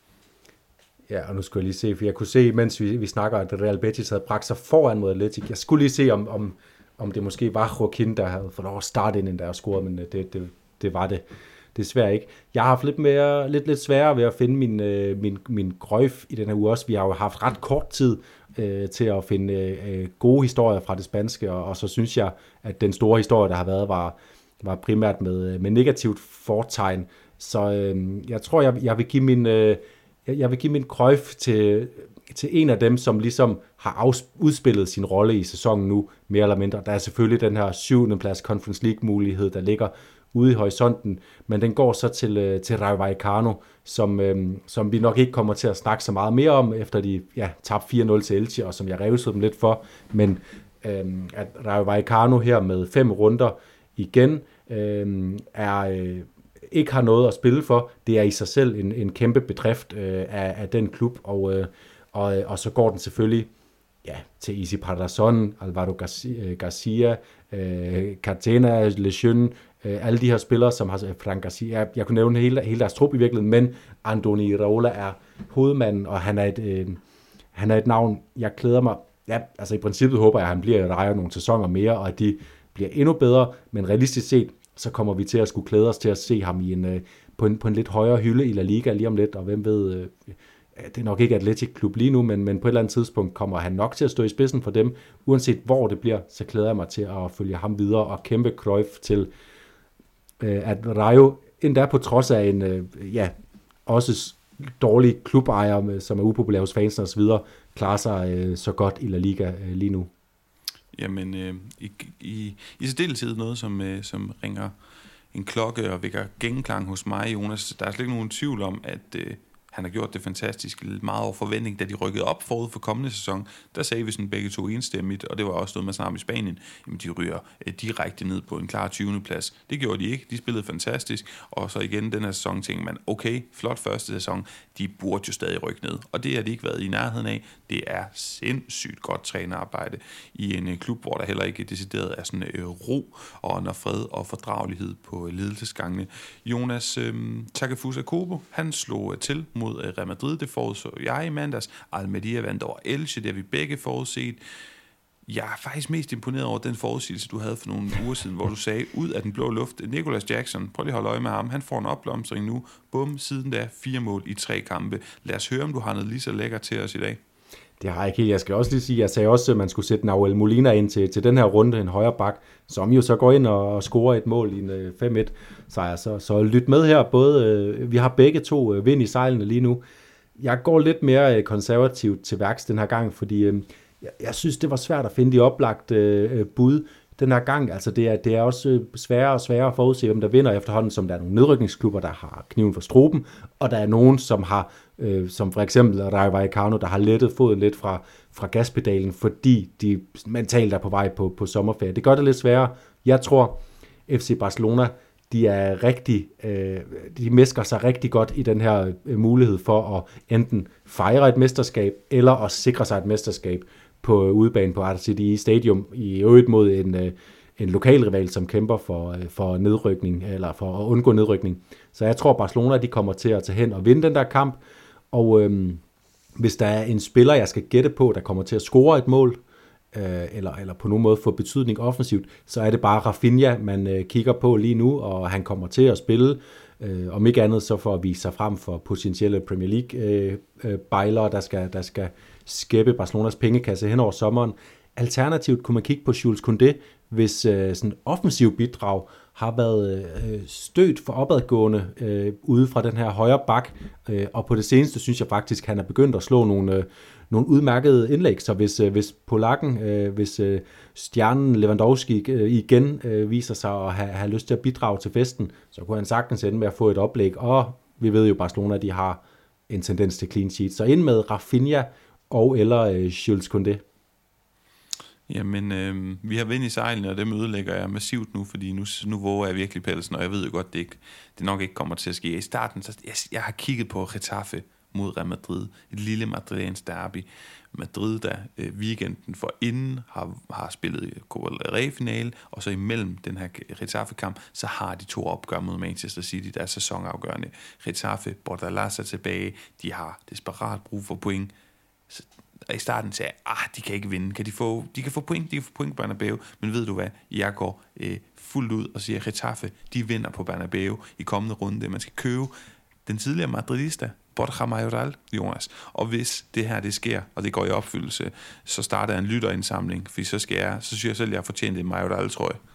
Ja, og nu skal jeg lige se, for jeg kunne se, mens vi, vi snakker, at Real Betis havde bragt sig foran mod Atletic. Jeg skulle lige se, om, om, om det måske var Joaquin, der havde fået lov at starte inden der og score, men det, det, det var det desværre ikke. Jeg har haft lidt, mere, lidt, lidt sværere ved at finde min, min, min grøjf i den her uge også. Vi har jo haft ret kort tid øh, til at finde øh, gode historier fra det spanske, og, og så synes jeg, at den store historie, der har været, var, var primært med, med negativt fortegn. Så øh, jeg tror, jeg, jeg vil give min... Øh, Jeg vil give min krøjf til, til en af dem, som ligesom har afs- udspillet sin rolle i sæsonen nu, mere eller mindre. Der er selvfølgelig den her syvende plads Conference League-mulighed, der ligger ude i horisonten, men den går så til, til Rayo Vallecano, som, øhm, som vi nok ikke kommer til at snakke så meget mere om, efter de ja, tabte fire nul til Elche, og som jeg revsede dem lidt for. Men øhm, at Rayo Vallecano her med fem runder igen øhm, er... Øh, ikke har noget at spille for, det er i sig selv en, en kæmpe bedrift øh, af, af den klub, og, øh, og, og så går den selvfølgelig ja, til Isi Parazón, Alvaro Garcia, Garcia øh, Cartena, Lejeune, øh, alle de her spillere, som har Frank Garcia, jeg, jeg kunne nævne hele, hele deres trup i virkeligheden, men Andoni Iraola er hovedmanden, og han er et, øh, han er et navn, jeg klæder mig, ja, altså i princippet håber jeg, at han bliver i Rayo nogle sæsoner mere, og at de bliver endnu bedre, men realistisk set, så kommer vi til at skulle klæde os til at se ham i en, på, en, på en lidt højere hylde i La Liga lige om lidt, og hvem ved, det er nok ikke Atletic Klub lige nu, men, men på et eller andet tidspunkt kommer han nok til at stå i spidsen for dem. Uanset hvor det bliver, så klæder jeg mig til at følge ham videre og kæmpe Cruyff til, at Rayo endda på trods af en, ja, også dårlig klubejer, som er upopulær hos fansen og så videre, klarer sig så godt i La Liga lige nu. Jamen, øh, i, i, i særdeleshed noget, som, øh, som ringer en klokke og vækker genklang hos mig, Jonas. Der er slet ikke nogen tvivl om, at øh, han har gjort det fantastisk, meget over forventning, da de rykkede op forud for kommende sæson. Der sagde vi sådan begge to enstemmigt, og det var også noget, man snakkede i Spanien. Jamen, de ryger øh, direkte ned på en klar tyvende plads. Det gjorde de ikke. De spillede fantastisk, og så igen den her sæson tænkte man, okay, flot første sæson, de burde jo stadig rykke ned. Og det har de ikke været i nærheden af. Det er sindssygt godt trænerarbejde i en øh, klub, hvor der heller ikke decideret er sådan øh, ro og når fred og fordragelighed på øh, ledelsesgangene. Jonas øh, Takefusa Kobo, han slog øh, til mod Real Madrid, det forudså jeg i mandags. Almeria vandt over Elche, det har vi begge forudset. Jeg er faktisk mest imponeret over den forudsigelse, du havde for nogle uger siden, hvor du sagde, ud af den blå luft, Nicolas Jackson, prøv lige at holde øje med ham, han får en opblomstring nu, bum, siden da, fire mål i tre kampe. Lad os høre, om du har noget lige så lækkert til os i dag. Det har jeg ikke helt. Jeg skal også lige sige, jeg sagde også, at man skulle sætte Nahuel Molina ind til, til den her runde, en højre bak, som jo så går ind og, og scorer et mål i en fem et sejr. Så, så lyt med her. Både, øh, vi har begge to øh, vind i sejlene lige nu. Jeg går lidt mere øh, konservativt til værks den her gang, fordi øh, jeg, jeg synes, det var svært at finde de oplagte øh, bud den her gang. Altså det er, det er også sværere og sværere at forudse, hvem der vinder efterhånden, som der er nogle nedrykningsklubber, der har kniven for struben, og der er nogen, som har, øh, som for eksempel Rayo Vallecano, der har lettet foden lidt fra, fra gaspedalen, fordi de mentalt er på vej på, på sommerferie. Det gør det lidt sværere. Jeg tror, F C Barcelona, de er rigtig, øh, de mesker sig rigtig godt i den her øh, mulighed for at enten fejre et mesterskab, eller at sikre sig et mesterskab på udebane på R C D Stadium, i øvrigt mod en, en lokalrival, som kæmper for, for nedrykning, eller for at undgå nedrykning. Så jeg tror, Barcelona de kommer til at tage hen og vinde den der kamp, og øhm, hvis der er en spiller, jeg skal gætte på, der kommer til at score et mål, øh, eller, eller på nogen måde få betydning offensivt, så er det bare Rafinha, man øh, kigger på lige nu, og han kommer til at spille, øh, om ikke andet så for at vise sig frem for potentielle Premier League øh, øh, bejlere, der skal, der skal skæppe Barcelonas pengekasse hen over sommeren. Alternativt kunne man kigge på Jules Koundé, hvis øh, sådan offensiv bidrag har været øh, stødt for opadgående øh, ude fra den her højre bak, øh, og på det seneste synes jeg faktisk, at han er begyndt at slå nogle, øh, nogle udmærkede indlæg, så hvis, øh, hvis polakken, øh, hvis øh, stjernen Lewandowski øh, igen øh, viser sig at have, have lyst til at bidrage til festen, så kunne han sagtens ende med at få et oplæg, og vi ved jo, at Barcelona de har en tendens til clean sheet, så ind med Rafinha og eller øh, Jules Koundé. Jamen, øh, vi har vind i sejlene, og dem ødelægger jeg massivt nu, fordi nu, nu våger jeg virkelig pelsen, og jeg ved jo godt, det, ikke, det nok ikke kommer til at ske. I starten, så jeg, jeg har kigget på Getafe mod Real Madrid, et lille madrilensk derby. Madrid, der øh, weekenden for inden har, har spillet Copa del Rey-finale, og så imellem den her Getafe-kamp, så har de to opgør mod Manchester City, der er sæsonafgørende. Getafe, Bordalas er tilbage, de har desperat brug for point. Så i starten sagde jeg, ah, de kan ikke vinde. Kan de, få, de kan få point, de kan få point på Bernabeu. Men ved du hvad? Jeg går øh, fuldt ud og siger, Getafe, de vinder på Bernabeu i kommende runde. Man skal købe den tidligere madridista, Borja Mayoral, Jonas. Og hvis det her, det sker, og det går i opfyldelse, så starter jeg en lytterindsamling, for så skal jeg, så synes jeg selv, jeg har fortjent en Mayoral, tror jeg.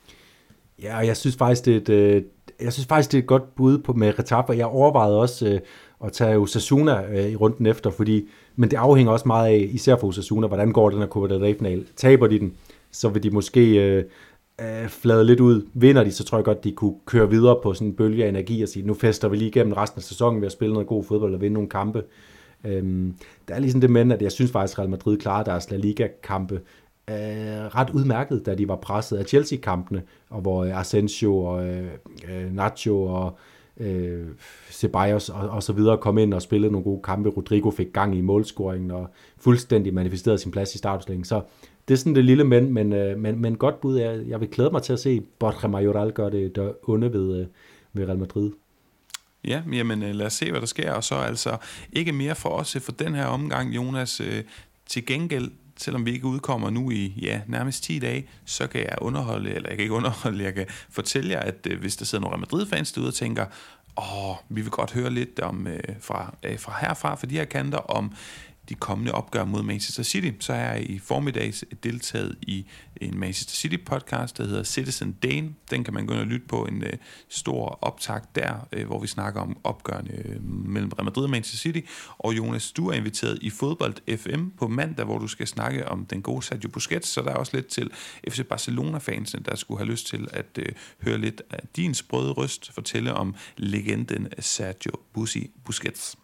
Ja, og jeg synes faktisk, det er et, jeg synes faktisk, det er et godt bud på med Getafe. Jeg overvejede også øh, at tage Osasuna øh, i runden efter, fordi, men det afhænger også meget af, især for Osasuna, hvordan går den her Copa del Rey-finale. Taber de den, så vil de måske øh, øh, flade lidt ud. Vinder de, så tror jeg godt, de kunne køre videre på sådan en bølge af energi og sige, nu fester vi lige igennem resten af sæsonen ved at spille noget god fodbold og vinde nogle kampe. Øhm, der er ligesom det med, at jeg synes faktisk, at Real Madrid klarer deres La Liga-kampe øh, ret udmærket, da de var presset af Chelsea-kampene, og hvor Asensio og øh, Nacho og øh, Ceballos og, og så videre kom ind og spillede nogle gode kampe. Rodrigo fik gang i målscoringen og fuldstændig manifesterede sin plads i startopstillingen. Så det er sådan det lille men, men, men, men godt bud. Jeg, jeg vil glæde mig til at se Borja Mayoral gøre det der onde ved, ved Real Madrid. Ja, jamen lad os se, hvad der sker. Og så altså ikke mere for os for den her omgang, Jonas. Til gengæld, selvom vi ikke udkommer nu i ja, nærmest ti dage, så kan jeg underholde, eller jeg kan ikke underholde, jeg kan fortælle jer, at øh, hvis der sidder nogle Real Madrid-fans derude og tænker, åh, vi vil godt høre lidt om, øh, fra, øh, fra herfra, fra de her kanter, om de kommende opgør mod Manchester City, så har jeg i formiddags deltaget i en Manchester City podcast, der hedder Citizen Dane. Den kan man gå ind og lytte på, en øh, stor optakt der, øh, hvor vi snakker om opgørende øh, mellem Real Madrid og Manchester City. Og Jonas, du er inviteret i Fodbold F M på mandag, hvor du skal snakke om den gode Sergio Busquets, så der er også lidt til F C Barcelona-fansene, der skulle have lyst til at øh, høre lidt af din sprøde røst fortælle om legenden Sergio Bussi Busquets.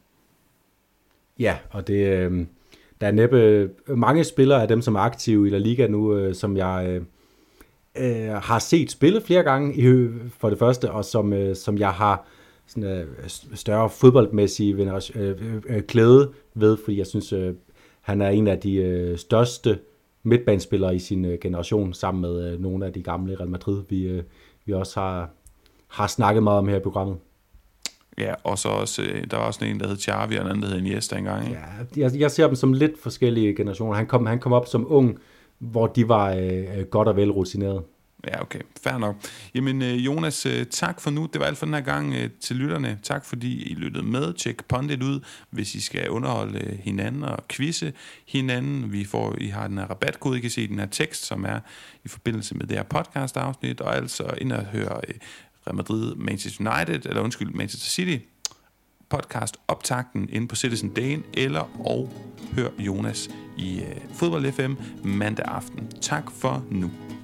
Ja, og det, øh, der er næppe mange spillere af dem, som er aktive i La Liga nu, øh, som jeg øh, har set spille flere gange i, for det første, og som, øh, som jeg har sådan, øh, større fodboldmæssige øh, øh, glæde ved, fordi jeg synes, øh, han er en af de øh, største midtbanespillere i sin øh, generation, sammen med øh, nogle af de gamle Real Madrid, vi, øh, vi også har, har snakket meget om her i programmet. Ja, og så også, der var også en, der hed Xavi, og en anden, der hed Iniesta engang, ikke? Ja, jeg, jeg ser dem som lidt forskellige generationer. Han kom, han kom op som ung, hvor de var øh, godt og vel rutineret. Ja, okay. Fair nok. Jamen, Jonas, tak for nu. Det var alt for den her gang til lytterne. Tak fordi I lyttede med. Tjek Pondit ud, hvis I skal underholde hinanden og quizze hinanden. Vi får, I har den her rabatkode, I kan se den her tekst, som er i forbindelse med det her podcast-afsnit, og altså ind og høre Real Madrid, Manchester United, eller undskyld, Manchester City podcast optakten inde på Citizen Dane, eller og hør Jonas i uh, Fodbold F M mandag aften. Tak for nu.